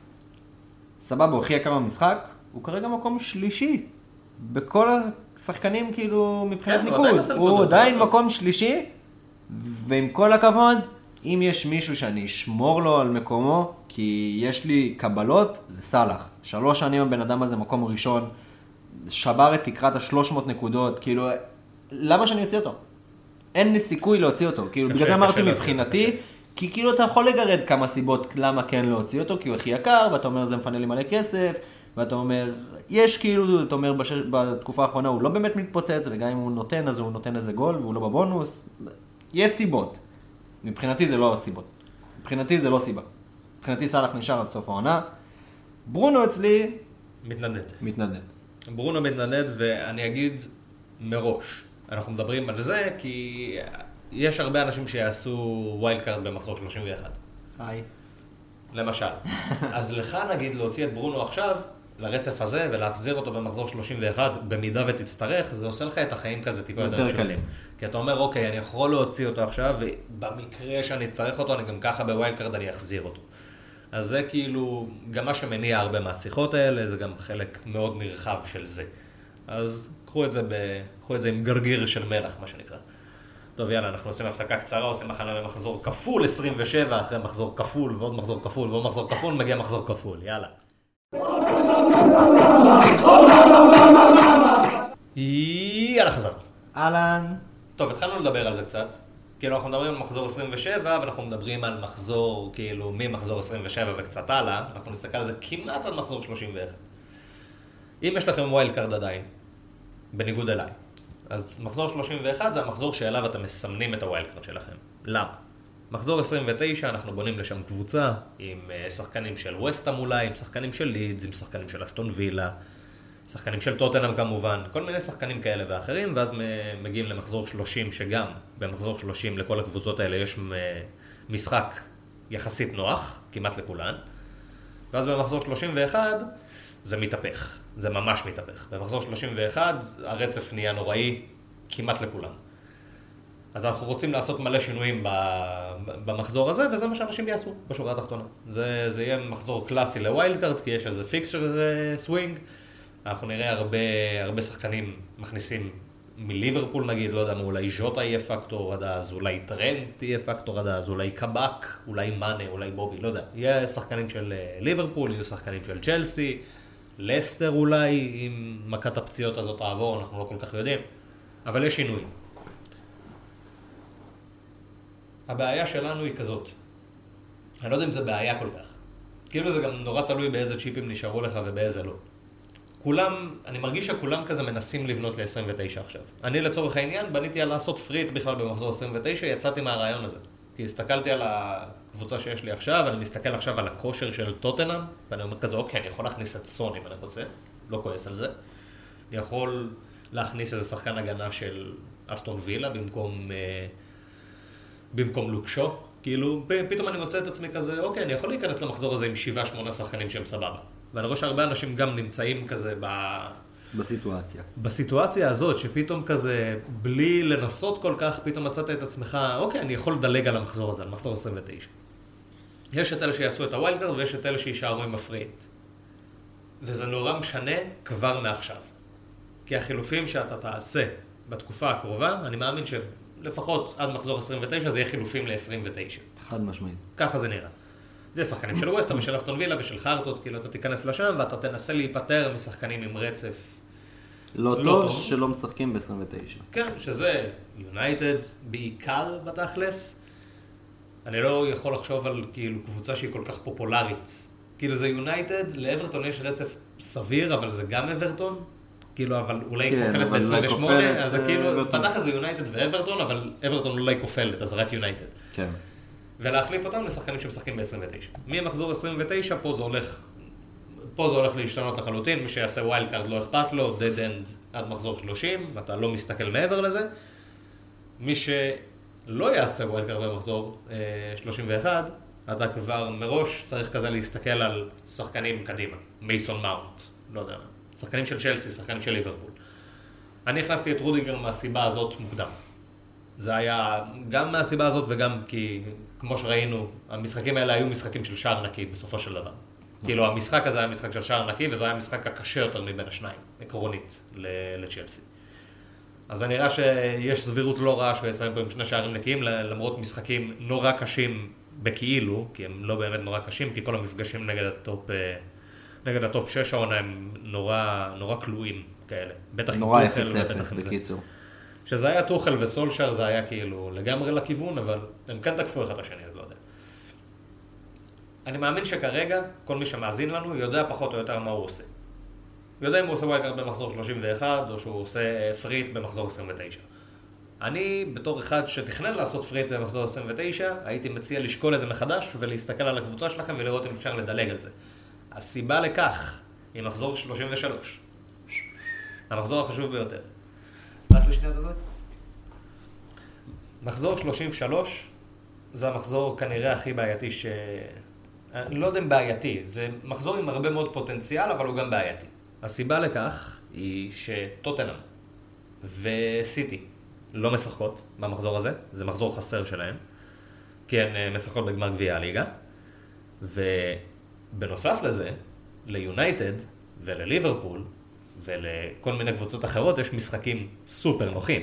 סבבה, הוא הכי יקר במשחק. הוא כרגע מקום שלישי. בכל השחקנים כאילו מבחינת ניקוד. הוא עדיין מקום שלישי. ועם כל הכבוד, אם יש מישהו שאני אשמור לו על מקומו, כי יש לי קבלות, זה סלאח. 3 שנים הבן אדם הזה מקום ראשון, שבר את תקרת ה-300 נקודות, כאילו, למה שאני אוציא אותו? אין לי סיכוי להוציא אותו. כאילו, בגלל זה אמרתי מבחינתי, כי כאילו אתה יכול לגרד כמה סיבות למה כן להוציא אותו, כי הוא הכי יקר, ואתה אומר זה מפנה לי מלא כסף, ואתה אומר, יש כאילו, אתה אומר בתקופה האחרונה הוא לא באמת מתפוצץ, וגם אם הוא נותן, אז הוא נותן איזה גול, והוא לא בבונוס. יש סיבות. מבחינתי זה לא סיבות. מבחינתי זה לא סיבה. מבחינתי סלאח נשאר עד סוף העונה. ברונו אצלי... מתנדנד. ברונו מתנדנד, ואני אגיד מראש. אנחנו מדברים על זה, כי יש הרבה אנשים שיעשו ווילד קארד במחזור 31. היי. למשל. אז לך נגיד להוציא את ברונו עכשיו, לרצף הזה, ולהחזיר אותו במחזור 31, במידה ותצטרך, זה עושה לך את החיים כזה טיפה יותר קלים. כי אתה אומר, אוקיי, אני יכול להוציא אותו עכשיו, ובמקרה שאני אצטרך אותו, אני גם ככה בווילד קארד אני אחזיר אותו. אז זה כאילו, גם מה שמניע הרבה מהשיחות האלה, זה גם חלק מאוד נרחב של זה. אז קחו את זה עם גרגיר של מלח, מה שנקרא. טוב, יאללה, אנחנו עושים הפסקה קצרה, עושים הכנה למחזור כפול 27, אחרי מחזור כפול, ועוד מחזור כפול, ועוד מחזור כפול, מגיע מחזור כפול, יאללה. יאללה, חזרנו. אהלן. טוב, התחלנו לדבר על זה קצת. כאילו, אנחנו מדברים על מחזור 27, ואנחנו מדברים על מחזור, כאילו, ממחזור 27 וקצת הלאה, אנחנו נסתכל על זה כמעט עד מחזור 31. אם יש לכם ווילד קארד עדיין, בניגוד אליי, אז מחזור 31 זה המחזור שאליו אתם מסמנים את הווילד קארד שלכם. למה? מחזור 29 אנחנו בונים לשם קבוצה עם שחקנים של ווסטהאם אולי, עם שחקנים של לידס, עם שחקנים של אסטון וילה, שחקנים של טוטנהאם כמובן, כל מיני שחקנים כאלה ואחרים, ואז מגיעים למחזור 30 שגם במחזור 30 לכל הקבוצות האלה יש משחק יחסית נוח, כמעט לכולן, ואז במחזור 31 זה מתהפך, זה ממש מתהפך. במחזור 31 הרצף נהיה נוראי כמעט לכולם. אז אנחנו רוצים לעשות מלא שינויים במחזור הזה, וזה מה שאנשים יעשו בשורה התחתונה. זה יהיה מחזור קלאסי לווילד קארד, כי יש איזה פיקסצ'ר סווינג. אנחנו נראה הרבה שחקנים מכניסים מליברפול נגיד, לא יודע, אולי ז'וטה יהיה פקטור עד אז, אולי טרנט יהיה פקטור עד אז, אולי קבק, אולי מאנה, אולי בובי, לא יודע. יהיה שחקנים של ליברפול, יהיו שחקנים של צ'לסי, לסטר אולי, אם מכת הפציעות הזאת תעבור, אנחנו לא כל כך יודעים. אבל יש שינויים. הבעיה שלנו היא כזאת. אני לא יודע אם זה בעיה כל כך. כאילו זה גם נורא תלוי באיזה צ'יפים נשארו לך ובאיזה לא. כולם, אני מרגיש שכולם כזה מנסים לבנות ל-29 עכשיו. אני לצורך העניין בניתי על לעשות פריט בכלל במחזור 29, יצאתי מהרעיון הזה. כי הסתכלתי על הקבוצה שיש לי עכשיו, אני מסתכל עכשיו על הכושר של טוטנהאם, ואני אומר כזה, אוקיי, אני יכול להכניס את סון אם אני רוצה, לא כועס על זה. אני יכול להכניס איזה שחקן הגנה של אסטון וילה במקום לוקשו. כאילו, פתאום אני מוצא את עצמי כזה, אוקיי, אני יכול להיכנס למחזור הזה עם 7-8 שחקנים שהם סבבה. ואני רואה שהרבה אנשים גם נמצאים כזה בסיטואציה הזאת, שפתאום כזה, בלי לנסות כל כך, פתאום מצאת את עצמך, אוקיי, אני יכול לדלג על המחזור הזה, על מחזור 29. יש את אלה שיעשו את הווילד קארד, ויש את אלה שישארו עם הפריט. וזה נורא משנה כבר מעכשיו. כי החילופים שאתה תעשה בתקופה הקרובה, אני מאמין שלפחות עד מחזור 29 זה יהיה חילופים ל-29. חד משמעית. ככה זה נראה. זה שחקנים של ווסטהאם ושל אסטון וילה ושל חרטות, כאילו אתה תיכנס לשם ואתה תנסה להיפטר משחקנים עם רצף לא טוב שלא משחקים ב-29. כן, שזה יונייטד בעיקר בתכלס. אני לא יכול לחשוב על כאילו קבוצה שהיא כל כך פופולרית. כאילו זה יונייטד, לאברטון יש רצף סביר, אבל זה גם אברטון. כאילו, אבל אולי היא כופלת ב-28, אז זה כאילו, בתכלס זה יונייטד ואברטון, אבל אברטון אולי כופלת, אז רק יונייטד. כן. ולהחליף אותם לשחקנים שמשחקים ב-29. ממחזור 29, פה זה הולך להשתנות לחלוטין, מי שיעשה ווילד קארד לא אכפת לו, dead end עד מחזור 30, ואתה לא מסתכל מעבר לזה. מי שלא יעשה ווילד קארד במחזור 31, אתה כבר מראש צריך כזה להסתכל על שחקנים קדימה, מייסון מאונט, לא יודע, שחקנים של צ'לסי, שחקנים של ליברפול. אני הכנסתי את רודיגר מהסיבה הזאת מוקדם. זה היה גם מהסיבה הזאת וגם כי, כמו שראינו, המשחקים האלה היו משחקים של שער נקי בסופו של דבר. כאילו המשחק הזה היה משחק של שער נקי, וזה היה המשחק הקשה יותר מבין השניים, עקרונית, לצ'לסי. אז זה נראה שיש סבירות לא רעה שהוא יסיים פה עם 2 שערים נקיים, למרות משחקים נורא קשים בכאילו, כי הם לא באמת נורא קשים, כי כל המפגשים נגד הטופ 6 העונה הם נורא כלואים כאלה. בטח נורא 0-0 בקיצור. שזה היה טוחל וסולשר, זה היה כאילו לגמרי לכיוון, אבל הם כן תקפו אחד השני, אז לא יודע. אני מאמין שכרגע, כל מי שמאזין לנו יודע פחות או יותר מה הוא עושה. יודע אם הוא עושה ווילד במחזור 31, או שהוא עושה פריט במחזור 29. אני, בתור אחד שתכנן לעשות פריט במחזור 29, הייתי מציע לשקול את זה מחדש, ולהסתכל על הקבוצה שלכם ולראות אם אפשר לדלג על זה. הסיבה לכך היא מחזור 33. המחזור החשוב ביותר. רק לשנייה בזה? מחזור 33 זה המחזור כנראה הכי בעייתי אני לא יודע אם בעייתי, זה מחזור עם הרבה מאוד פוטנציאל, אבל הוא גם בעייתי. הסיבה לכך היא שטוטנהאם וסיטי לא משחקות במחזור הזה, זה מחזור חסר שלהם, כי הן משחקות בגמר גביע הליגה, ובנוסף לזה, ליונייטד ולליברפול ולכל מיני קבוצות אחרות יש משחקים סופר נוחים.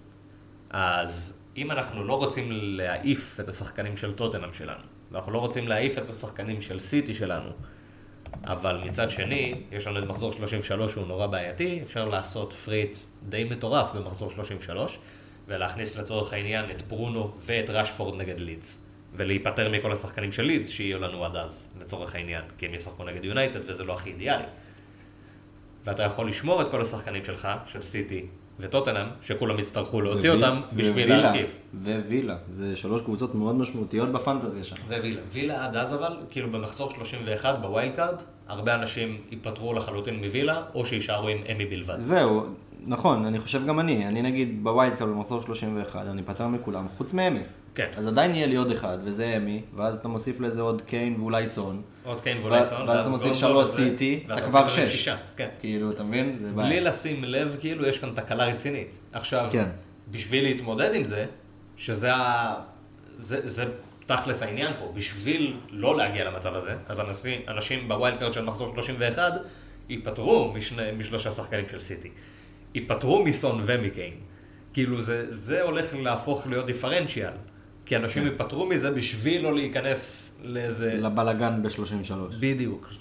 אז אם אנחנו לא רוצים להעיף את השחקנים של טוטנהאם שלנו, ואנחנו לא רוצים להעיף את השחקנים של סיטי שלנו, אבל מצד שני, יש לנו את מחזור 33 שהוא נורא בעייתי, אפשר לעשות פריט די מטורף במחזור 33, ולהכניס לצורך העניין את ברונו ואת רשפורד נגד לידס, ולהיפטר מכל השחקנים של לידס שיהיו לנו עד אז, לצורך העניין, כי הם ישחקו נגד יונייטד וזה לא הכי אידיאלי. ואתה יכול לשמור את כל השחקנים שלך, של סיטי וטוטנהאם, שכולם יצטרכו להוציא אותם בשביל להרכיב. ווילה, זה 3 קבוצות מאוד משמעותיות בפנטזיה שם. ווילה עד אז אבל, כאילו במחזור 31 בווילד קארד, הרבה אנשים ייפטרו לחלוטין מווילה, או שישארו עם אמי בלבד. זהו, נכון, אני חושב גם אני נגיד בווילד קארד במחזור 31, אני פטר מכולם, חוץ מאמי. כן. אז עדיין יהיה לי עוד אחד, וזה אמי, ואז אתה מוסיף לזה עוד קיין ואולי סון. עוד קיין ואולי סון. ואז אתה מוסיף 3 סיטי, אתה כבר 6. כן. כאילו, אתה מבין? זה בעיה. בלי לשים לב, כאילו, יש כאן תקלה רצינית. עכשיו, כן. בשביל להתמודד עם זה, שזה זה תכלס העניין פה, בשביל לא להגיע למצב הזה, אז אנשים בווילד קארד של מחזור 31 ייפטרו משלושה שחקנים של סיטי. ייפטרו מסון ומיקיין. כאילו, זה הולך להפוך להיות דיפרנציאל. כי אנשים ייפטרו מזה בשביל לא להיכנס לאיזה... לבלגן ב-33. בדיוק.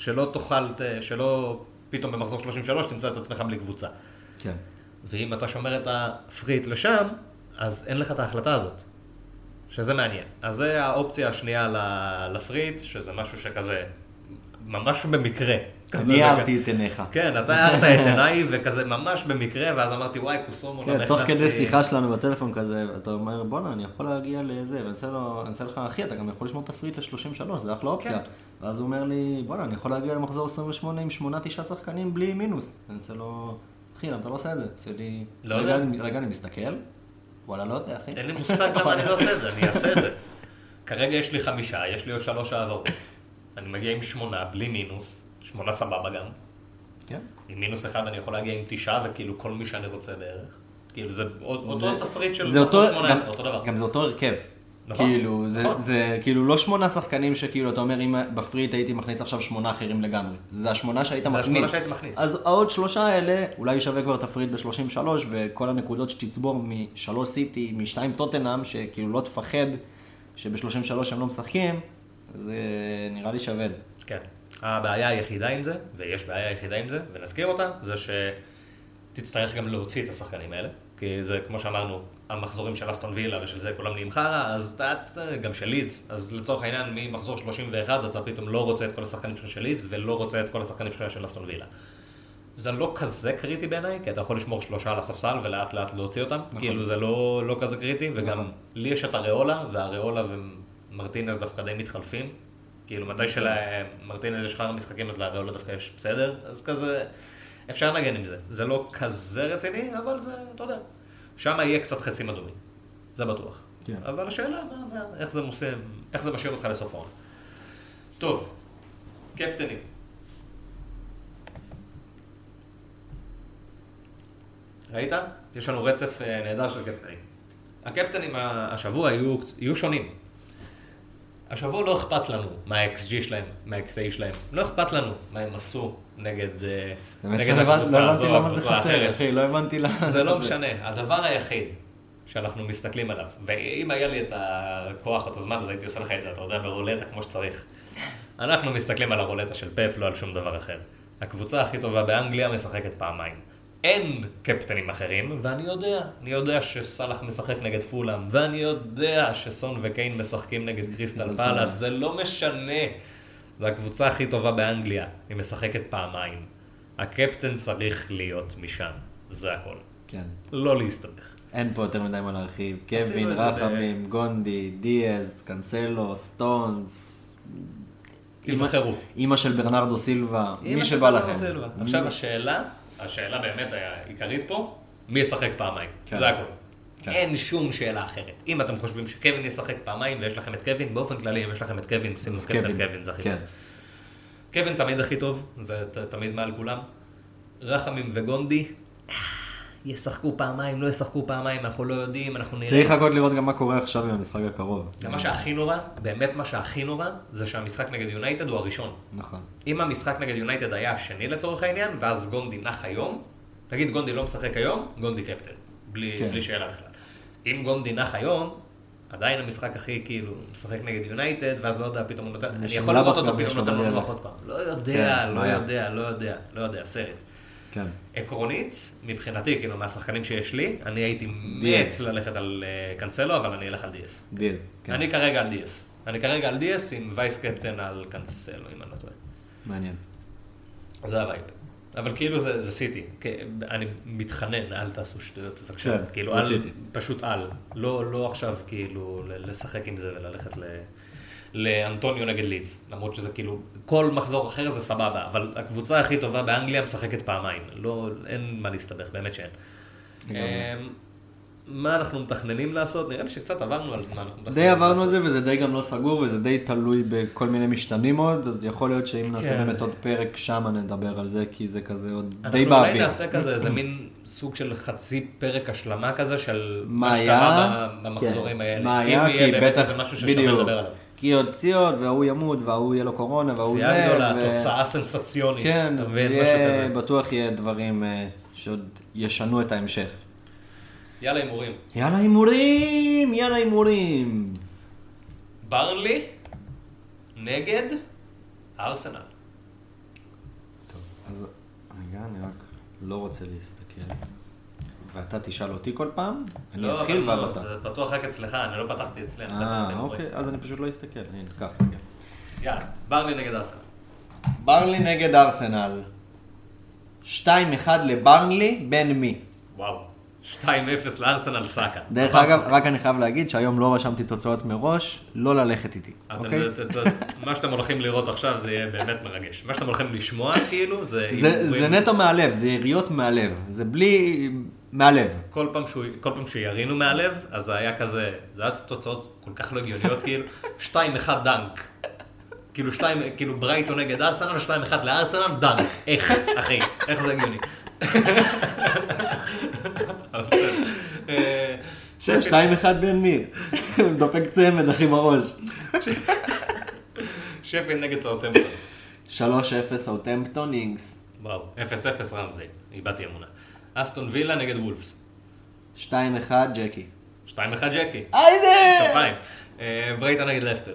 שלא פתאום במחזור 33 תמצא את עצמך בלי קבוצה. כן. ואם אתה שומר את הפריט לשם, אז אין לך את ההחלטה הזאת. שזה מעניין. אז זה האופציה השנייה לפריט, שזה משהו שכזה, ממש במקרה. אני הערתי את עיניך. כן, אתה הערת את עיניי וכזה ממש במקרה, ואז אמרתי, וואי, קוסומו, כן, תוך כדי שיחה שלנו בטלפון כזה, אתה אומר, בונה, אני יכול להגיע לזה, ואני אנסה לך, אחי, אתה גם יכול לשמור את הפריט ל-33, זה אחלה אופציה. ואז הוא אומר לי, בונה, אני יכול להגיע למחזור 28 עם 8-9 שחקנים בלי מינוס. אני אנסה לו, אחי, למה אתה לא עושה את זה? עושה לי, רגע, אני מסתכל, וואלה, לא יודע, אחי. אין לי מושג למה אני לא עושה את זה, אני אעשה את זה. כרגע יש לי 5, יש לי עוד 3 העברות. אני מגיע עם 8, בלי מינוס. 8 סבבה גם. כן. עם מינוס 1 אני יכול להגיע עם 9, וכאילו כל מי שאני רוצה בערך. כאילו זה אותו תסריט של 18, אותו דבר. גם זה אותו הרכב. נכון. כאילו, זה כאילו לא 8 שחקנים שכאילו, אתה אומר, אם בפריט הייתי מכניס עכשיו 8 אחרים לגמרי. זה 8 שהיית מכניס. אז העוד 3 האלה, אולי ישווה כבר את הפריט ב-33, וכל הנקודות שתצבור מ-3 סיטי, מ-2 טוטנהאם, שכאילו לא תפחד שב-33 הם לא משחקים, זה נראה לי שווה את זה. כן. הבעיה היחידה עם זה, ויש בעיה היחידה עם זה, ונזכיר אותה, זה שתצטרך גם להוציא את השחקנים האלה, כי זה, כמו שאמרנו, המחזורים של אסטון וילה ושל זה כולם נהיים חרא, אז גם של לידס, אז לצורך העניין, ממחזור 31, אתה פתאום לא רוצה את כל השחקנים של לידס, ולא רוצה את כל השחקנים של אסטון וילה. זה לא כזה קריטי בעיניי, כי אתה יכול לשמור 3 על הספסל ולאט לאט להוציא אותם, כאילו זה לא כזה קריטי, וגם לי יש את הריאולה, והריאולה מרטינז דווקא די מתחלפים. כאילו, מתי שלמרטינז יש חר משחקים, אז לאריולה דווקא יש בסדר. אז כזה, אפשר לנגן עם זה. זה לא כזה רציני, אבל זה, אתה יודע. שם יהיה קצת חצים אדומים. זה בטוח. כן. אבל השאלה, איך זה משאיר אותך לסוף העונה. טוב, קפטנים. ראית? יש לנו רצף נהדר של קפטנים. הקפטנים השבוע יהיו שונים. השבוע לא אכפת לנו מה ה-XG שלהם, מה ה-XA שלהם. לא אכפת לנו מה הם עשו נגד הקבוצה הזו. לא הבנתי למה זה חסר, אחי, לא הבנתי למה זה לא משנה. הדבר היחיד שאנחנו מסתכלים עליו, ואם היה לי את הכוח או את הזמן, אז הייתי עושה לך את זה, אתה יודע, ברולטה כמו שצריך. אנחנו מסתכלים על הרולטה של פפ, לא על שום דבר אחר. הקבוצה הכי טובה באנגליה משחקת פעמיים. אין קפטנים אחרים, ואני יודע שסלח משחק נגד פולאם, ואני יודע שסון וקיין משחקים נגד קריסטל פלאס, זה לא משנה. זו הקבוצה הכי טובה באנגליה, היא משחקת פעמיים. הקפטן צריך להיות משם, זה הכל. כן. לא להסתבך. אין פה יותר מדי מה להרחיב. קווין, רחמים, גונדי, דיאז, קנסלו, סטונס. תבחרו. אמא של ברנרדו סילבה, מי שבא לכם. עכשיו השאלה באמת העיקרית פה, מי ישחק פעמיים? זה הכל. אין שום שאלה אחרת. אם אתם חושבים שקווין ישחק פעמיים ויש לכם את קווין, באופן כללי, אם יש לכם את קווין, שימו קפטן קווין, זה הכי טוב. קווין תמיד הכי טוב, זה תמיד מעל כולם. רחמים וגונדי, ישחקו פעמיים, לא ישחקו פעמיים, אנחנו לא יודעים, אנחנו נראה. צריך לחכות לראות גם מה קורה עכשיו עם המשחק הקרוב. מה שהכי נורא, באמת מה שהכי נורא, זה שהמשחק נגד יונייטד הוא הראשון. נכון. אם המשחק נגד יונייטד היה השני לצורך העניין, ואז גונדי נח היום, תגיד גונדי לא משחק היום, גונדי קפטן, בלי שאלה בכלל. אם גונדי נח היום, עדיין המשחק הכי כאילו, משחק נגד יונייטד, ואז לא יודע, פתאום הוא נותן, אני יכול לראות אותו, פתאום נותן לו לרוח עוד פעם. לא יודע, סרט. כן. עקרונית, מבחינתי, כאילו, מהשחקנים שיש לי, אני הייתי מת ללכת על קנסלו, אבל אני אלך על דיאס. דיאז, כן. אני כרגע על דיאס. עם וייס קפטן על קנסלו, אם אני לא טועה. מעניין. זה הווייב. אבל כאילו זה סיטי. אני מתחנן, אל תעשו שטויות, בבקשה. כן, כאילו, זה סיטי. פשוט לא עכשיו כאילו לשחק עם זה וללכת לאנטוניו נגד לידס, למרות שזה כאילו, כל מחזור אחר זה סבבה, אבל הקבוצה הכי טובה באנגליה משחקת פעמיים, אין מה להסתבך, באמת שאין. מה אנחנו מתכננים לעשות? נראה לי שקצת עברנו על מה אנחנו מתכננים לעשות. די עברנו על זה, וזה די גם לא סגור, וזה די תלוי בכל מיני משתנים עוד, אז יכול להיות שאם נעשה באמת עוד פרק שם נדבר על זה, כי זה כזה עוד די באוויר. אנחנו אולי נעשה כזה, איזה מין סוג של חצי פרק השלמה כזה, של מה שקרה במחזורים האלה. מה היה, כי בטח, בדיוק. כי עוד פציעות, והוא ימות, והוא יהיה לו קורונה, והוא זה. פציעה גדולה, תוצאה סנסציונית. כן, אז בטוח יהיה דברים שעוד ישנו את ההמשך. יאללה הימורים. יאללה הימורים. ברנלי נגד ארסנל. טוב, אז רגע, אני רק לא רוצה להסתכל. ואתה תשאל אותי כל פעם? אני אתחיל ואז אתה. זה פתוח רק אצלך, אני לא פתחתי אצלי. אוקיי, אז אני פשוט לא אסתכל. אני אקח, אסתכל. יאללה, ברנלי נגד ארסנל. ברנלי נגד ארסנל. 2-1 לברנלי, בין מי? וואו. 2-0 לארסנל סאקה. דרך אגב, רק אני חייב להגיד שהיום לא רשמתי תוצאות מראש, לא ללכת איתי. מה שאתם הולכים לראות עכשיו זה יהיה באמת מרגש. מה שאתם הולכים לשמוע כאילו זה... זה נטו מהלב, זה יריות מהלב. זה בלי... מהלב. כל פעם שירינו מהלב, אז זה היה כזה... זה היה תוצאות כל כך לא הגיוניות כאילו. 2-1 דנק. כאילו ברייטו נגד ארסנל, 2-1 לארסנל, דנק. איך, אחי? איך זה הגיוני? שב 2-1 בין מי? דופק צמד אחי בראש. שפילד נגד סאות'המפטון. 3-0 סאות'המפטון אינגס. וואו, 0-0 רמזי, איבדתי אמונה. אסטון וילה נגד וולפס. 2-1 ג'קי. 2-1 ג'קי. היידה! כפיים. ברייטה נגד לסטר.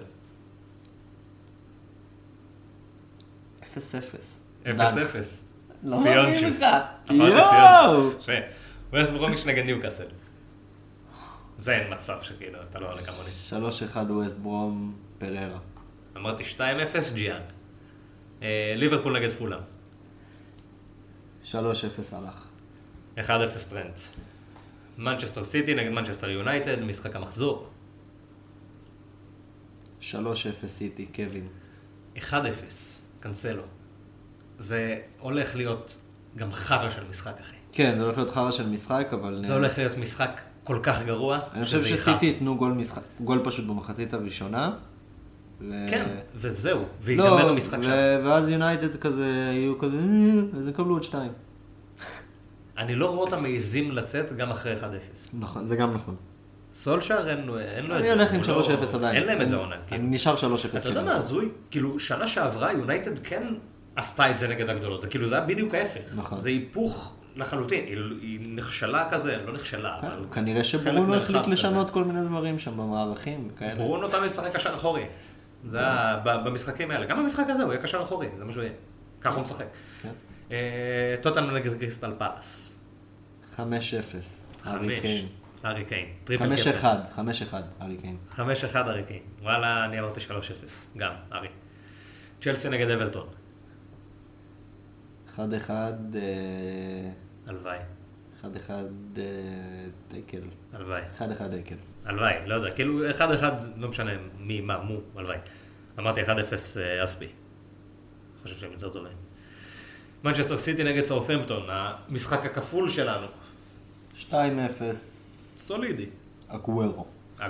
0-0. 0-0. לא מאמין לך. יואו! ווסט ברומיץ' נגד ניוקאסל. זה אין מצב שכאילו, אתה לא עולה כמוני. 3-1 ווסט ברום פררה. אמרתי 2-0 ג'יאן. ליברפול נגד פולאם. 3-0 הלך. 1-0 טרנט. מנצ'סטר סיטי נגד מנצ'סטר יונייטד, משחק המחזור. 3-0 סיטי, קווין. 1-0, קנסלו. זה הולך להיות גם חרא של משחק, אחי. כן, זה הולך להיות חרא של משחק, אבל... זה הולך להיות משחק כל כך גרוע, אני חושב שסיטי ייתנו גול פשוט במחצית הראשונה. כן, וזהו, ויגמר המשחק שם. ואז יונייטד כזה, יהיו כזה, אז יקבלו עוד 2. אני לא רואה אותם מעיזים לצאת גם אחרי 1-0. נכון, זה גם נכון. סולשר אין לו את זה. אני הולך עם 3-0 עדיין. אין להם את זה עונה. אני נשאר 3-0. אתה יודע מה הזוי? כאילו, שנה שעברה יונייטד כן עשתה את זה נגד הגדולות. זה כאילו, זה היה בדיוק ההפך. נכון. זה היפוך לחלוטין. היא נכשלה כזה, לא נכשלה, אבל... כנראה שברונו החליט לשנות כל מיני דברים שם במערכים וכאלה. ברונו תמיד משחק קשר אחורי. זה היה במשחקים האלה. גם במשחק הזה הוא יהיה קשר אחורי. זה מה שהוא יהיה. ככה הוא משחק. טוטנהאם נגד קריסטל פאלאס. 5-0. הארי קיין. הארי קיין. 5-1, הארי קיין. 5-1 הארי קיין. וואלה, אני אמרתי 3-0. גם, הארי. צ'לסי נגד אברטון. 1-1... הלוואי. 1-1 דקל. הלוואי. 1-1 דקל. הלוואי, לא יודע. כאילו, 1-1, לא משנה מי, מה, מו, הלוואי. אמרתי 1-0 אספי. חושב שהם יותר טובים. מנצ'סטר סיטי נגד סאות'המפטון, המשחק הכפול שלנו. 2-0. סולידי. אגוארו. 3-0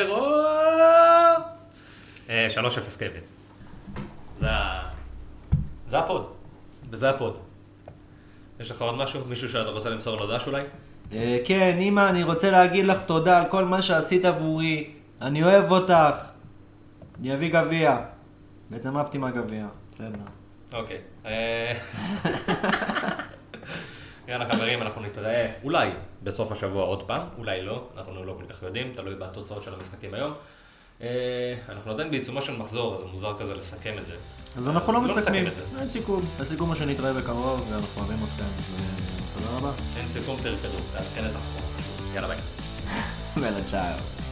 קווין. זה הפוד. וזה הפוד. יש לך עוד משהו? מישהו שאתה רוצה למסור לו דש אולי? כן, אמא, אני רוצה להגיד לך תודה על כל מה שעשית עבורי. אני אוהב אותך. אני אביא גביע. בעצם אהבתי מהגביע. בסדר. אוקיי. יאללה חברים, אנחנו נתראה אולי בסוף השבוע עוד פעם, אולי לא, אנחנו לא כל כך יודעים, תלוי בתוצאות של המשחקים היום. אנחנו עדיין בעיצומו של מחזור, אז זה מוזר כזה לסכם את זה. אז אנחנו לא מסכמים. את זה. אין סיכום. הסיכום הוא שנתראה בקרוב, ואנחנו אוהבים אתכם. תודה רבה. אין סיכום, תרקדו, תעדכן את החוק. יאללה ביי. ולצ'או.